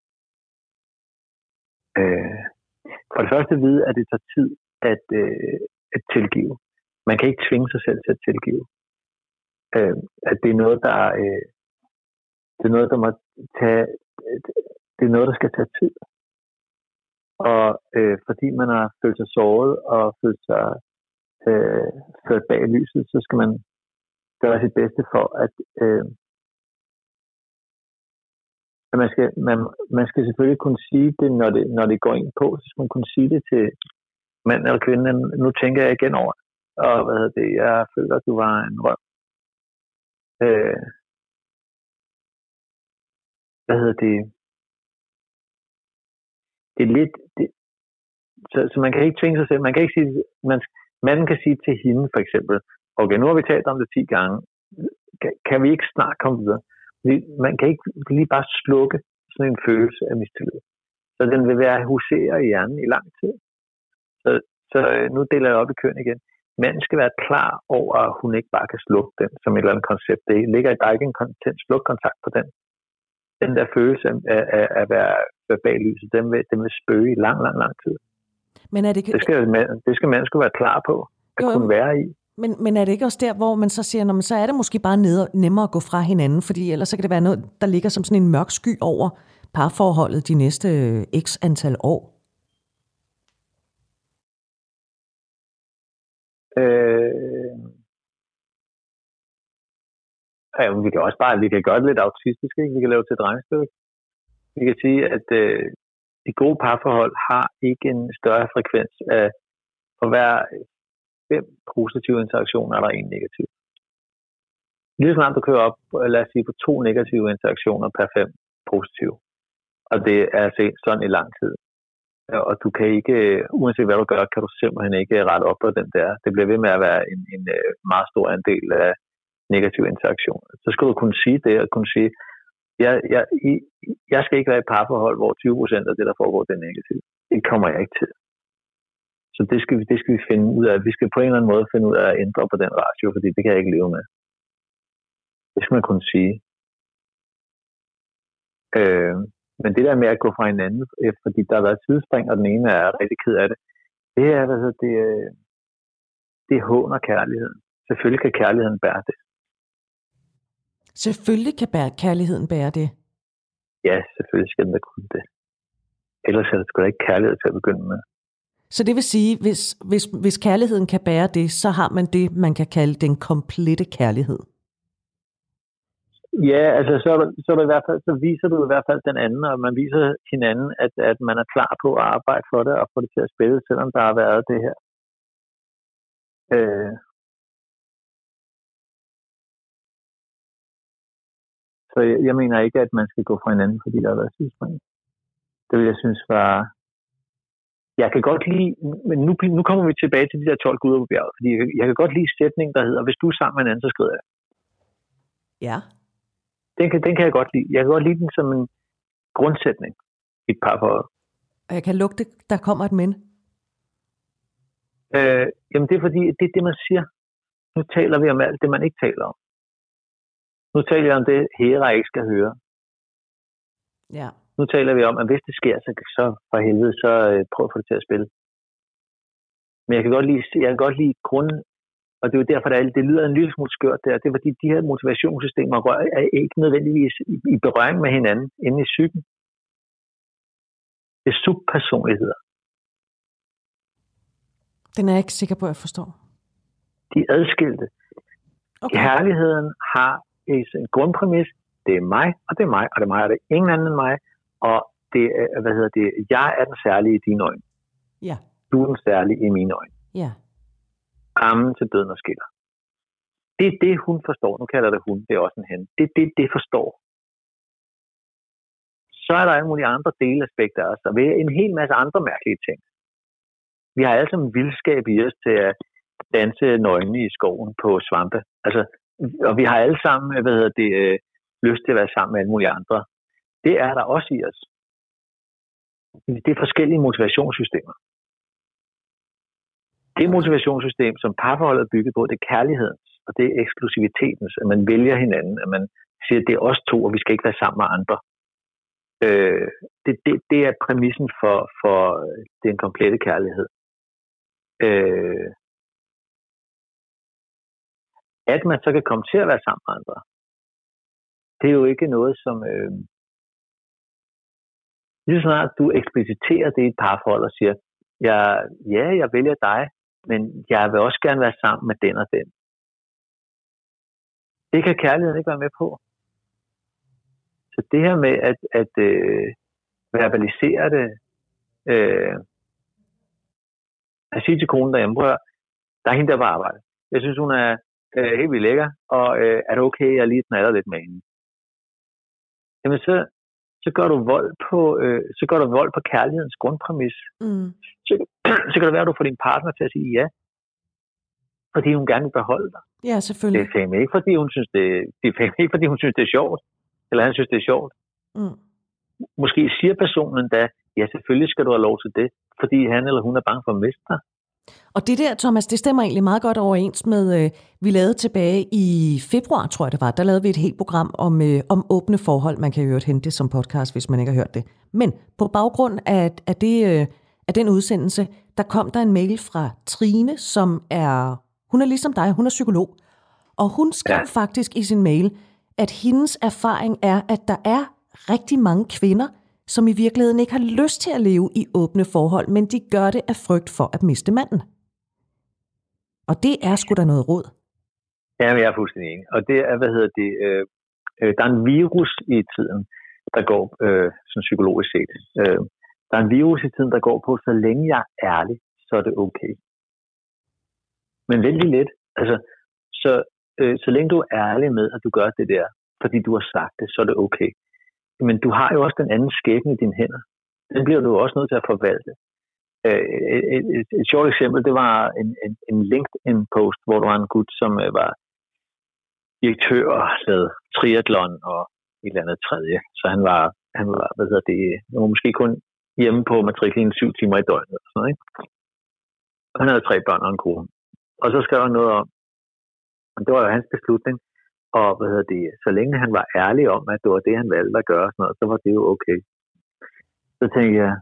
[SPEAKER 2] Øh, for det første at vide, at det tager tid at, øh, at tilgive. Man kan ikke tvinge sig selv til at tilgive. Øh, at det er noget, der øh, det er noget, der må tage, det er noget, der skal tage tid. Og øh, fordi man har følt sig såret og følt sig øh, ført bag lyset, så skal man gøre sit bedste for at, øh, Man skal, man, man skal selvfølgelig kunne sige det når, det, når det går ind på, så skal man kunne sige det til mand eller kvinde. Nu tænker jeg igen over, og hvad hedder det, jeg føler, at du var en røv. Øh, hvad hedder det? Det er lidt, det, så, så man kan ikke tvinge sig selv, man kan ikke sige, man, manden kan sige til hende for eksempel, okay, nu har vi talt om det ti gange, kan, kan vi ikke snart komme videre? Man kan ikke lige bare slukke sådan en følelse af mistillid. Så den vil være husere i hjernen i lang tid. Så, så nu deler jeg op i køn igen. Manden skal være klar over, at hun ikke bare kan slukke den som et eller andet koncept. Det ligger i dig ikke en kontent slukkontakt på den. Den der følelse af, af, af at være verbal lyset, den vil, den vil spøge i lang, lang, lang tid.
[SPEAKER 1] Men er det,
[SPEAKER 2] det, skal, det skal manden skulle være klar på, at jo, kunne være i.
[SPEAKER 1] Men, men er det ikke også der, hvor man så siger, så er det måske bare ned, nemmere at gå fra hinanden, fordi ellers så kan det være noget, der ligger som sådan en mørk sky over parforholdet de næste x antal år?
[SPEAKER 2] Øh... Ja, vi kan også bare, vi kan gøre det lidt autistisk, ikke? Vi kan lave til et regnestykke. Vi kan sige, at øh, de gode parforhold har ikke en større frekvens af at være fem positive interaktioner, eller en negativ. Lige snart du kører op, lad os sige, på to negative interaktioner per fem positive. Og det er set sådan i lang tid. Og du kan ikke, uanset hvad du gør, kan du simpelthen ikke rette op på den der. Det bliver ved med at være en, en meget stor andel af negative interaktioner. Så skal du kunne sige det, og kunne sige, jeg, jeg, jeg skal ikke være i parforhold, hvor tyve procent af det, der foregår, det er negativt. Det kommer jeg ikke til. Så det skal, vi, det skal vi finde ud af. Vi skal på en eller anden måde finde ud af at ændre på den ratio, fordi det kan jeg ikke leve med. Det skal man kunne sige. Øh, men det der med at gå fra hinanden, fordi der har været tidsspring, og den ene er rigtig ked af det, det er, hvad hedder det, det håner kærligheden. Selvfølgelig kan kærligheden bære det.
[SPEAKER 1] Selvfølgelig kan bære, kærligheden bære det?
[SPEAKER 2] Ja, selvfølgelig skal den da kunne det. Ellers er det sgu da ikke kærlighed til at begynde med.
[SPEAKER 1] Så det vil sige, hvis, hvis, hvis kærligheden kan bære det, så har man det, man kan kalde den komplette kærlighed?
[SPEAKER 2] Ja, altså så, så, er det i hvert fald, så viser du i hvert fald den anden, og man viser hinanden, at, at man er klar på at arbejde for det, og få det til at spille, selvom der har været det her. Øh. Så jeg, jeg mener ikke, at man skal gå fra hinanden, fordi der har været tidsspring. Det vil jeg synes var... Jeg kan godt lide, men nu, nu kommer vi tilbage til de der tolv guder på bjerget, fordi jeg, jeg kan godt lide sætningen, der hedder, hvis du er sammen med en anden, så skrider jeg.
[SPEAKER 1] Ja.
[SPEAKER 2] Den kan, den kan jeg godt lide. Jeg kan godt lide den som en grundsætning i et parforhold.
[SPEAKER 1] Og jeg kan lugte, der kommer et men.
[SPEAKER 2] Øh, jamen det er fordi, det er det, man siger. Nu taler vi om alt det, man ikke taler om. Nu taler jeg om det, Hera ikke skal høre.
[SPEAKER 1] Ja.
[SPEAKER 2] Nu taler vi om, at hvis det sker, så, så for helvede, så øh, prøv at få det til at spille. Men jeg kan godt lide, jeg kan godt lide grunden, og det er jo derfor, at det lyder en lille smule skørt der. Det er fordi, de her motivationssystemer er ikke nødvendigvis i, i berøring med hinanden inde i psyken. Det er subpersonligheder.
[SPEAKER 1] Den er jeg ikke sikker på, at jeg forstår.
[SPEAKER 2] De er adskilte. Okay. Kærligheden har en grundpræmis. Det er mig, og det er mig, og det er mig, og det er ingen anden end mig. Og det er, hvad hedder det, jeg er den særlige i dine øjne.
[SPEAKER 1] Ja.
[SPEAKER 2] Du er den særlige i mine øjne.
[SPEAKER 1] Ja.
[SPEAKER 2] Armen til døden og skiller. Det er det, hun forstår. Nu kalder det hun, det er også en hen. Det er det, det forstår. Så er der alle mulige andre delaspekter også. Der er en hel masse andre mærkelige ting. Vi har alle sammen vildskab i os til at danse nøgne i skoven på svampe. Altså, og vi har alle sammen, hvad hedder det, øh, lyst til at være sammen med alle mulige andre. Det er der også i os. Det er forskellige motivationssystemer. Det motivationssystem, som parforholdet er bygget på, det er kærlighedens, og det er eksklusivitetens, at man vælger hinanden, at man siger, at det er os to, og vi skal ikke være sammen med andre. Øh, det, det, det er præmissen for, for den komplette kærlighed. Øh, at man så kan komme til at være sammen med andre, det er jo ikke noget, som... Øh, lige snart du ekspliciterer det i et parforhold og siger, jeg, ja, jeg vælger dig, men jeg vil også gerne være sammen med den og den. Det kan kærligheden ikke være med på. så det her med at, at øh, verbalisere det, øh, at sige til konen derhjemme, prøv at høre, der er hende der på arbejde. Jeg synes, hun er øh, helt vildt lækker, og øh, er det okay, jeg lige snaller lidt med hende? Jamen så, så gør du vold på, øh, så gør du vold på kærlighedens grundpræmis. Mm. Så, så kan det være, at du får din partner til at sige ja, fordi hun gerne vil beholde dig.
[SPEAKER 1] Ja, selvfølgelig.
[SPEAKER 2] Det er fandme ikke, fordi hun synes, det, det er fandme ikke, fordi hun synes, det er sjovt, eller han synes, det er sjovt. Mm. Måske siger personen da, ja, selvfølgelig skal du have lov til det, fordi han eller hun er bange for at miste dig.
[SPEAKER 1] Og det der, Thomas, det stemmer egentlig meget godt overens med, øh, vi lavede tilbage i februar, tror jeg det var, der lavede vi et helt program om, øh, om åbne forhold. Man kan jo hente det som podcast, hvis man ikke har hørt det. Men på baggrund af, af, det, øh, af den udsendelse, der kom der en mail fra Trine, som er, hun er ligesom dig, hun er psykolog. Og hun skrev ja. faktisk i sin mail, at hendes erfaring er, at der er rigtig mange kvinder, som i virkeligheden ikke har lyst til at leve i åbne forhold, men de gør det af frygt for at miste manden. Og det er sgu da noget råd.
[SPEAKER 2] Ja, men jeg er fuldstændig enig. Og det er, hvad hedder det, øh, øh, der er en virus i tiden, der går, øh, sådan psykologisk set. Øh, der er en virus i tiden, der går på, så længe jeg er ærlig, så er det okay. Men vældig lidt. Altså, så, øh, så længe du er ærlig med, at du gør det der, fordi du har sagt det, så er det okay. Men du har jo også den anden skæbne i dine hænder. Den bliver du også nødt til at forvalte. Et, et, et, et sjovt eksempel, det var en, en, en LinkedIn-post, hvor der var en gut, som var direktør og lavede triathlon og et eller andet tredje. Så han var, han var, hvad hedder det, han var måske kun hjemme på matriklen syv timer i døgnet. Og sådan noget, ikke? Og han havde tre børn og en kone. Og så skrev han noget om, og det var jo hans beslutning, og hvad hedder det, så længe han var ærlig om, at det var det, han valgte at gøre, sådan noget, så var det jo okay. Så tænkte jeg,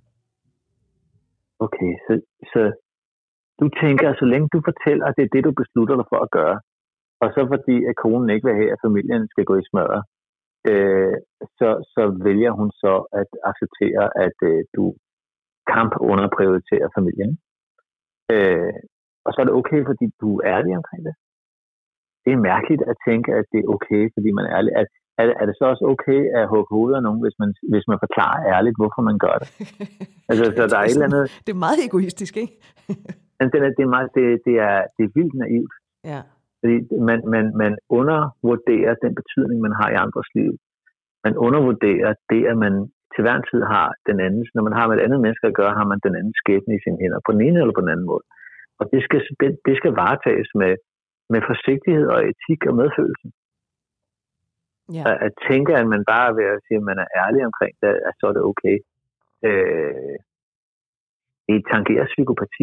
[SPEAKER 2] okay, så, så du tænker, så længe du fortæller, at det er det, du beslutter dig for at gøre, og så fordi, at konen ikke vil have, at familien skal gå i smadre, øh, så, så vælger hun så at acceptere, at øh, du kamp underprioriterer familien. Øh, og så er det okay, fordi du er ærlig omkring det. Det er mærkeligt at tænke, at det er okay, fordi man er ærlig. Er, er, er det så også okay at hugge hovedet af nogen, hvis man, hvis man forklarer ærligt, hvorfor man gør det? Altså, så der er et eller andet...
[SPEAKER 1] Det er meget egoistisk, ikke?
[SPEAKER 2] det, er, det, er meget, det, det, er, det er vildt naivt.
[SPEAKER 1] Ja.
[SPEAKER 2] Fordi man, man, man undervurderer den betydning, man har i andres liv. Man undervurderer det, at man til hver en tid har den anden. Når man har med et andet menneske at gøre, har man den anden skæbne i sine hænder, på den ene eller på den anden måde. Og det skal, det, det skal varetages med med forsigtighed og etik og medfølelse. Ja. At, at tænke, at man bare ved at sige, at man er ærlig omkring det, at så er det okay. Øh, det tangerer psykopati.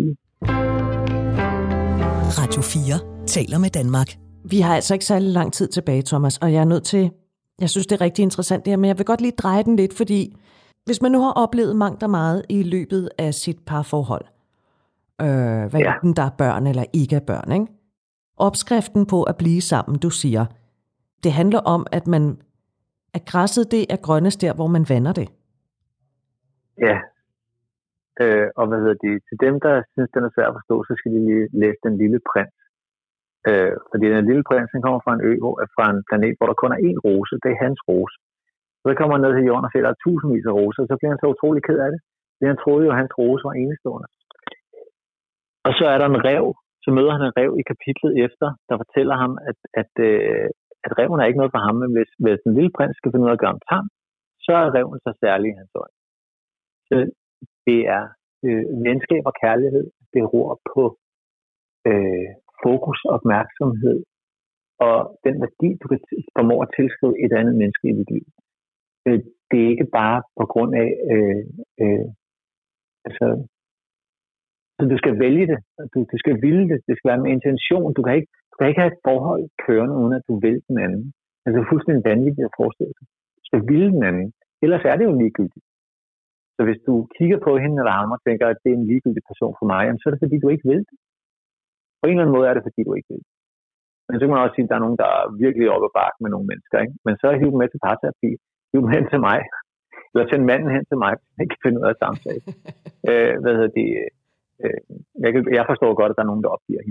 [SPEAKER 3] Radio fire taler med Danmark.
[SPEAKER 1] Vi har altså ikke særlig lang tid tilbage, Thomas, og jeg er nødt til, jeg synes, det er rigtig interessant det her, men jeg vil godt lige dreje den lidt, fordi hvis man nu har oplevet mangt og meget i løbet af sit parforhold, øh, hvad ja. enten der er børn eller ikke er børn, ikke? Opskriften på at blive sammen, du siger, det handler om, at man at græsset det er grønnest der, hvor man vander det.
[SPEAKER 2] Ja. Øh, og hvad hedder det? Til dem, der synes, den er svær at forstå, så skal de lige læse Den Lille Prins. Øh, fordi Den Lille Prins, den kommer fra en ø, fra en planet, hvor der kun er én rose. Det er hans rose. Så kommer han ned til jorden og finder der tusindvis af roser, så bliver han så utrolig ked af det. Fordi han troede jo, at hans rose var enestående. Og så er der en ræv, så møder han en ræv i kapitlet efter, der fortæller ham, at, at, øh, at ræven er ikke noget for ham, men hvis, hvis den lille prins skal finde ud af at gøre ham tam, så er ræven så særlig i hans øjne. Så det er øh, venskab og kærlighed, det beror på øh, fokus og opmærksomhed, og den værdi, du kan formå at tilskrive et andet menneske i dit liv. Øh, det er ikke bare på grund af, øh, øh, altså, så du skal vælge det, du, du skal ville det, det skal være med intention. Du kan ikke, du kan ikke have et forhold kørende, uden at du vil den anden. Altså det er fuldstændig vanvittigt at forestille sig. Du skal ville den anden. Ellers er det jo ligegyldigt. Så hvis du kigger på hende eller ham og tænker, at det er en ligegyldig person for mig, så er det fordi, du ikke vil det. På en eller anden måde er det fordi, du ikke vil det. Men så kan man også sige, at der er nogen, der er virkelig oppe ad bakke med nogle mennesker. Ikke? Men så er hiv dem med til parterapi. Hiv dem hen til mig. Eller send manden hen til mig, hvis man ikke kan finde ud af at samtale. øh, hvad hedder det? Jeg, kan, jeg forstår godt, at der er nogen, der opgiver hinanden.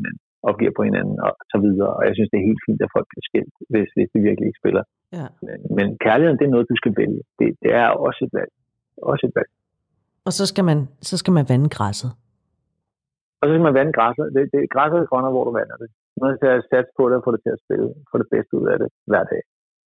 [SPEAKER 2] opgiver på hinanden og så videre. Og jeg synes, det er helt fint, at folk bliver skilt, hvis, hvis de virkelig ikke spiller.
[SPEAKER 1] Ja.
[SPEAKER 2] Men, men kærligheden, det er noget, du skal vælge. Det, det er også et valg. Også et valg.
[SPEAKER 1] Og så skal man, så skal man vande græsset.
[SPEAKER 2] Og så skal man vande græsset. Det, det, græsset er grønnere, hvor du vander det. Man skal satse på det og få det til at spille. Få det bedste ud af det hver dag.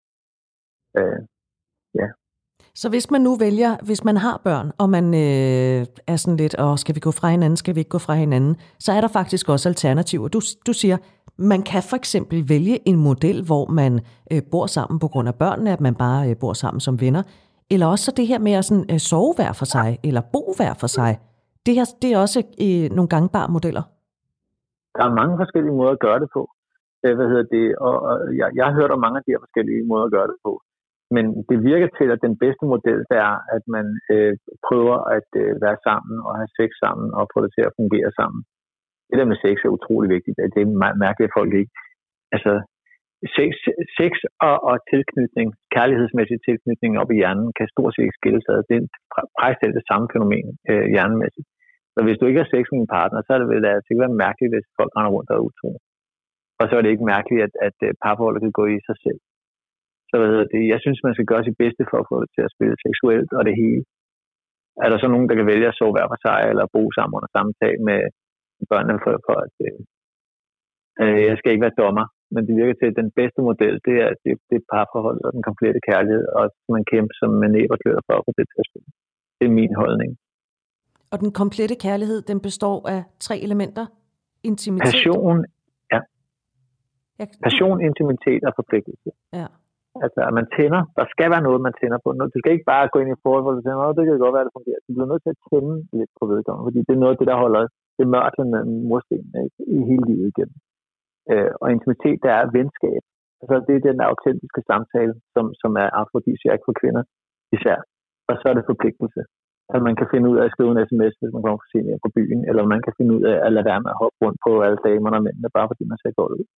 [SPEAKER 2] Øh, ja.
[SPEAKER 1] Så hvis man nu vælger, hvis man har børn, og man øh, er sådan lidt, åh, skal vi gå fra hinanden, skal vi ikke gå fra hinanden, så er der faktisk også alternativer. Du, du siger, man kan for eksempel vælge en model, hvor man øh, bor sammen på grund af børnene, at man bare øh, bor sammen som venner, eller også så det her med at sådan, øh, sove hver for sig, eller bo hver for sig. Det, her, det er også øh, nogle gangbare modeller.
[SPEAKER 2] Der er mange forskellige måder at gøre det på. Hvad hedder det? Og, og jeg, jeg har hørt om mange af de her forskellige måder at gøre det på. Men det virker til, at den bedste model er, at man øh, prøver at øh, være sammen og have sex sammen og få det til at fungere sammen. Det der med sex er utrolig vigtigt. Det er mærkeligt, at folk ikke... Altså, sex, sex og, og tilknytning, kærlighedsmæssig tilknytning op i hjernen, kan stort set ikke skille sig. Det er præcis det samme fænomen øh, hjernemæssigt. Så hvis du ikke har sex med din partner, så er det vel altså ikke være mærkeligt, hvis folk render rundt og er utro. Og så er det ikke mærkeligt, at, at parforholdet kan gå i sig selv. Så hvad hedder det? Jeg synes, man skal gøre sit bedste for at få det til at spille seksuelt og det hele. Er der så nogen, der kan vælge at sove hver for sig, eller bo sammen under samme tag med børnene for, for at... Øh, jeg skal ikke være dommer, men det virker til, at den bedste model, det er det, det er parforholdet og den komplette kærlighed, og man kæmper som med næb og klør for at få det til at spille. Det er min holdning.
[SPEAKER 1] Og den komplette kærlighed, den består af tre elementer? Intimitet?
[SPEAKER 2] Passion, ja. Passion, intimitet og forpligtelse.
[SPEAKER 1] Ja.
[SPEAKER 2] Altså, at man tænder. Der skal være noget, man tænder på. Du skal ikke bare gå ind i et forhold, hvor du tænker, det kan godt være, det fungerer. Du bliver nødt til at tænde lidt på vedkommende, fordi det er noget af det, der holder det mørkle mellem murstenene i hele livet igennem. Øh, og intimitet, der er venskab. Altså, det er den autentiske samtale, som, som er afrodisiak for kvinder især. Og så er det forpligtelse. At man kan finde ud af at skrive en sms, hvis man kommer for sent hjem på byen, eller man kan finde ud af at lade være med at hoppe rundt på alle damerne og mændene, bare fordi man ser godt ud.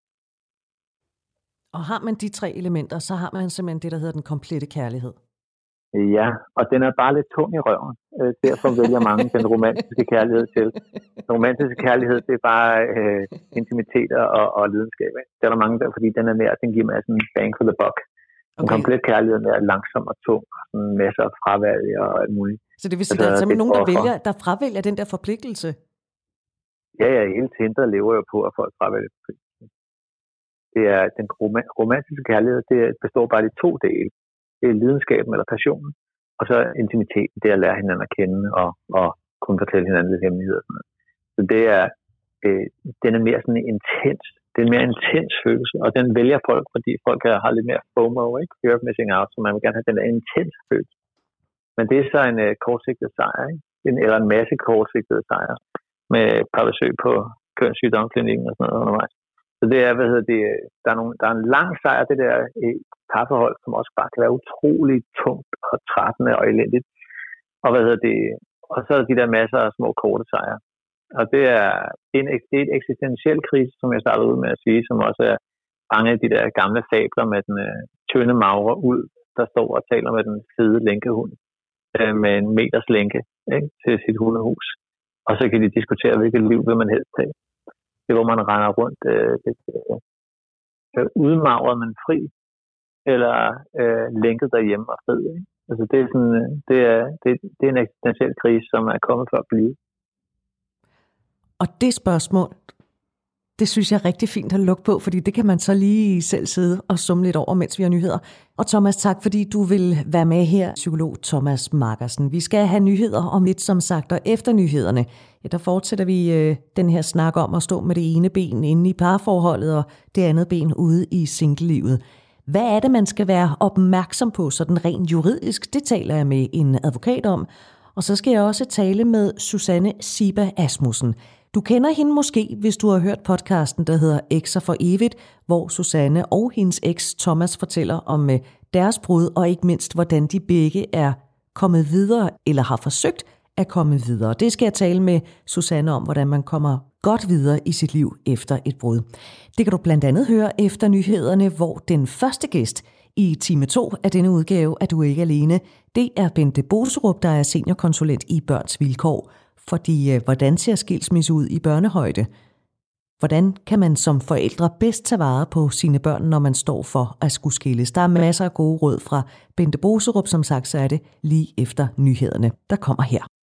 [SPEAKER 1] Og har man de tre elementer, så har man simpelthen det, der hedder den komplette kærlighed.
[SPEAKER 2] Ja, og den er bare lidt tung i røven. Derfor vælger mange den romantiske kærlighed til. Den romantiske kærlighed, det er bare øh, intimitet og, og lidenskab. Ikke? Det er der mange der, fordi den er mere, den giver mig sådan en bang for the buck. En okay. Komplet kærlighed er langsom og tung, og sådan masser af fravalg og alt muligt.
[SPEAKER 1] Så det vil sige, altså, der er simpelthen nogen, der, vælger, der fravælger den der forpligtelse?
[SPEAKER 2] Ja, ja, hele Tinder lever jo på, at folk fravælger forpligtelsen. Det er den romantiske kærlighed, det består bare af de to dele. Det er lidenskaben eller passionen, og så intimiteten, det er at lære hinanden at kende og, og kunne fortælle hinanden lidt hemmeligheder. Så det er, øh, den er mere sådan intens. Det er en mere intens følelse, og den vælger folk, fordi folk har lidt mere FOMO, ikke? Fear of missing out, så man vil gerne have den der intens følelse. Men det er så en uh, kortsigtet sejr, ikke? En, eller en masse kortsigtede sejre med par besøg på kønssygdomsklinikken og sådan noget undervejs. Så det er, hvad hedder det, der er, nogle, der er en lang sejr, det der eh, parforhold, som også bare kan være utrolig tungt og trættende og elendigt. Og hvad hedder det, og så er de der masser af små korte sejre. Og det er en, det er et eksistentiel krise, som jeg startede ud med at sige, som også er mange af de der gamle fabler med den øh, tynde magre ud, der står og taler med den fede lænkehund øh, med en meters lænke, ikke, til sit hundehus. Og så kan de diskutere, hvilket liv vil man helst have. Det hvor man render rundt øh, lidt, øh, udmagret, men fri, eller øh, lænket derhjemme og fed. Ikke? Altså det er sådan, det er, det, det er en eksistentiel krise, som er kommet for at blive.
[SPEAKER 1] Og det spørgsmål, det synes jeg er rigtig fint at lukke på, fordi det kan man så lige selv sidde og summe lidt over, mens vi har nyheder. Og Thomas, tak fordi du vil være med her, psykolog Thomas Markersen. Vi skal have nyheder om lidt, som sagt, og efter nyhederne, ja, der fortsætter vi øh, den her snak om at stå med det ene ben inde i parforholdet, og det andet ben ude i singlelivet. Hvad er det, man skal være opmærksom på, sådan rent juridisk? Det taler jeg med en advokat om. Og så skal jeg også tale med Susanne Ziba Asmussen. Du kender hende måske, hvis du har hørt podcasten, der hedder Ex'er for evigt, hvor Susanne og hendes eks Thomas fortæller om deres brud, og ikke mindst, hvordan de begge er kommet videre, eller har forsøgt at komme videre. Det skal jeg tale med Susanne om, hvordan man kommer godt videre i sit liv efter et brud. Det kan du blandt andet høre efter nyhederne, hvor den første gæst i time to af denne udgave er Du ikke alene. Det er Bente Boserup, der er seniorkonsulent i Børns Vilkår. Fordi hvordan ser skilsmisse ud i børnehøjde? Hvordan kan man som forældre bedst tage vare på sine børn, når man står for at skulle skilles? Der er masser af gode råd fra Bente Boserup. Som sagt, så er det lige efter nyhederne, der kommer her.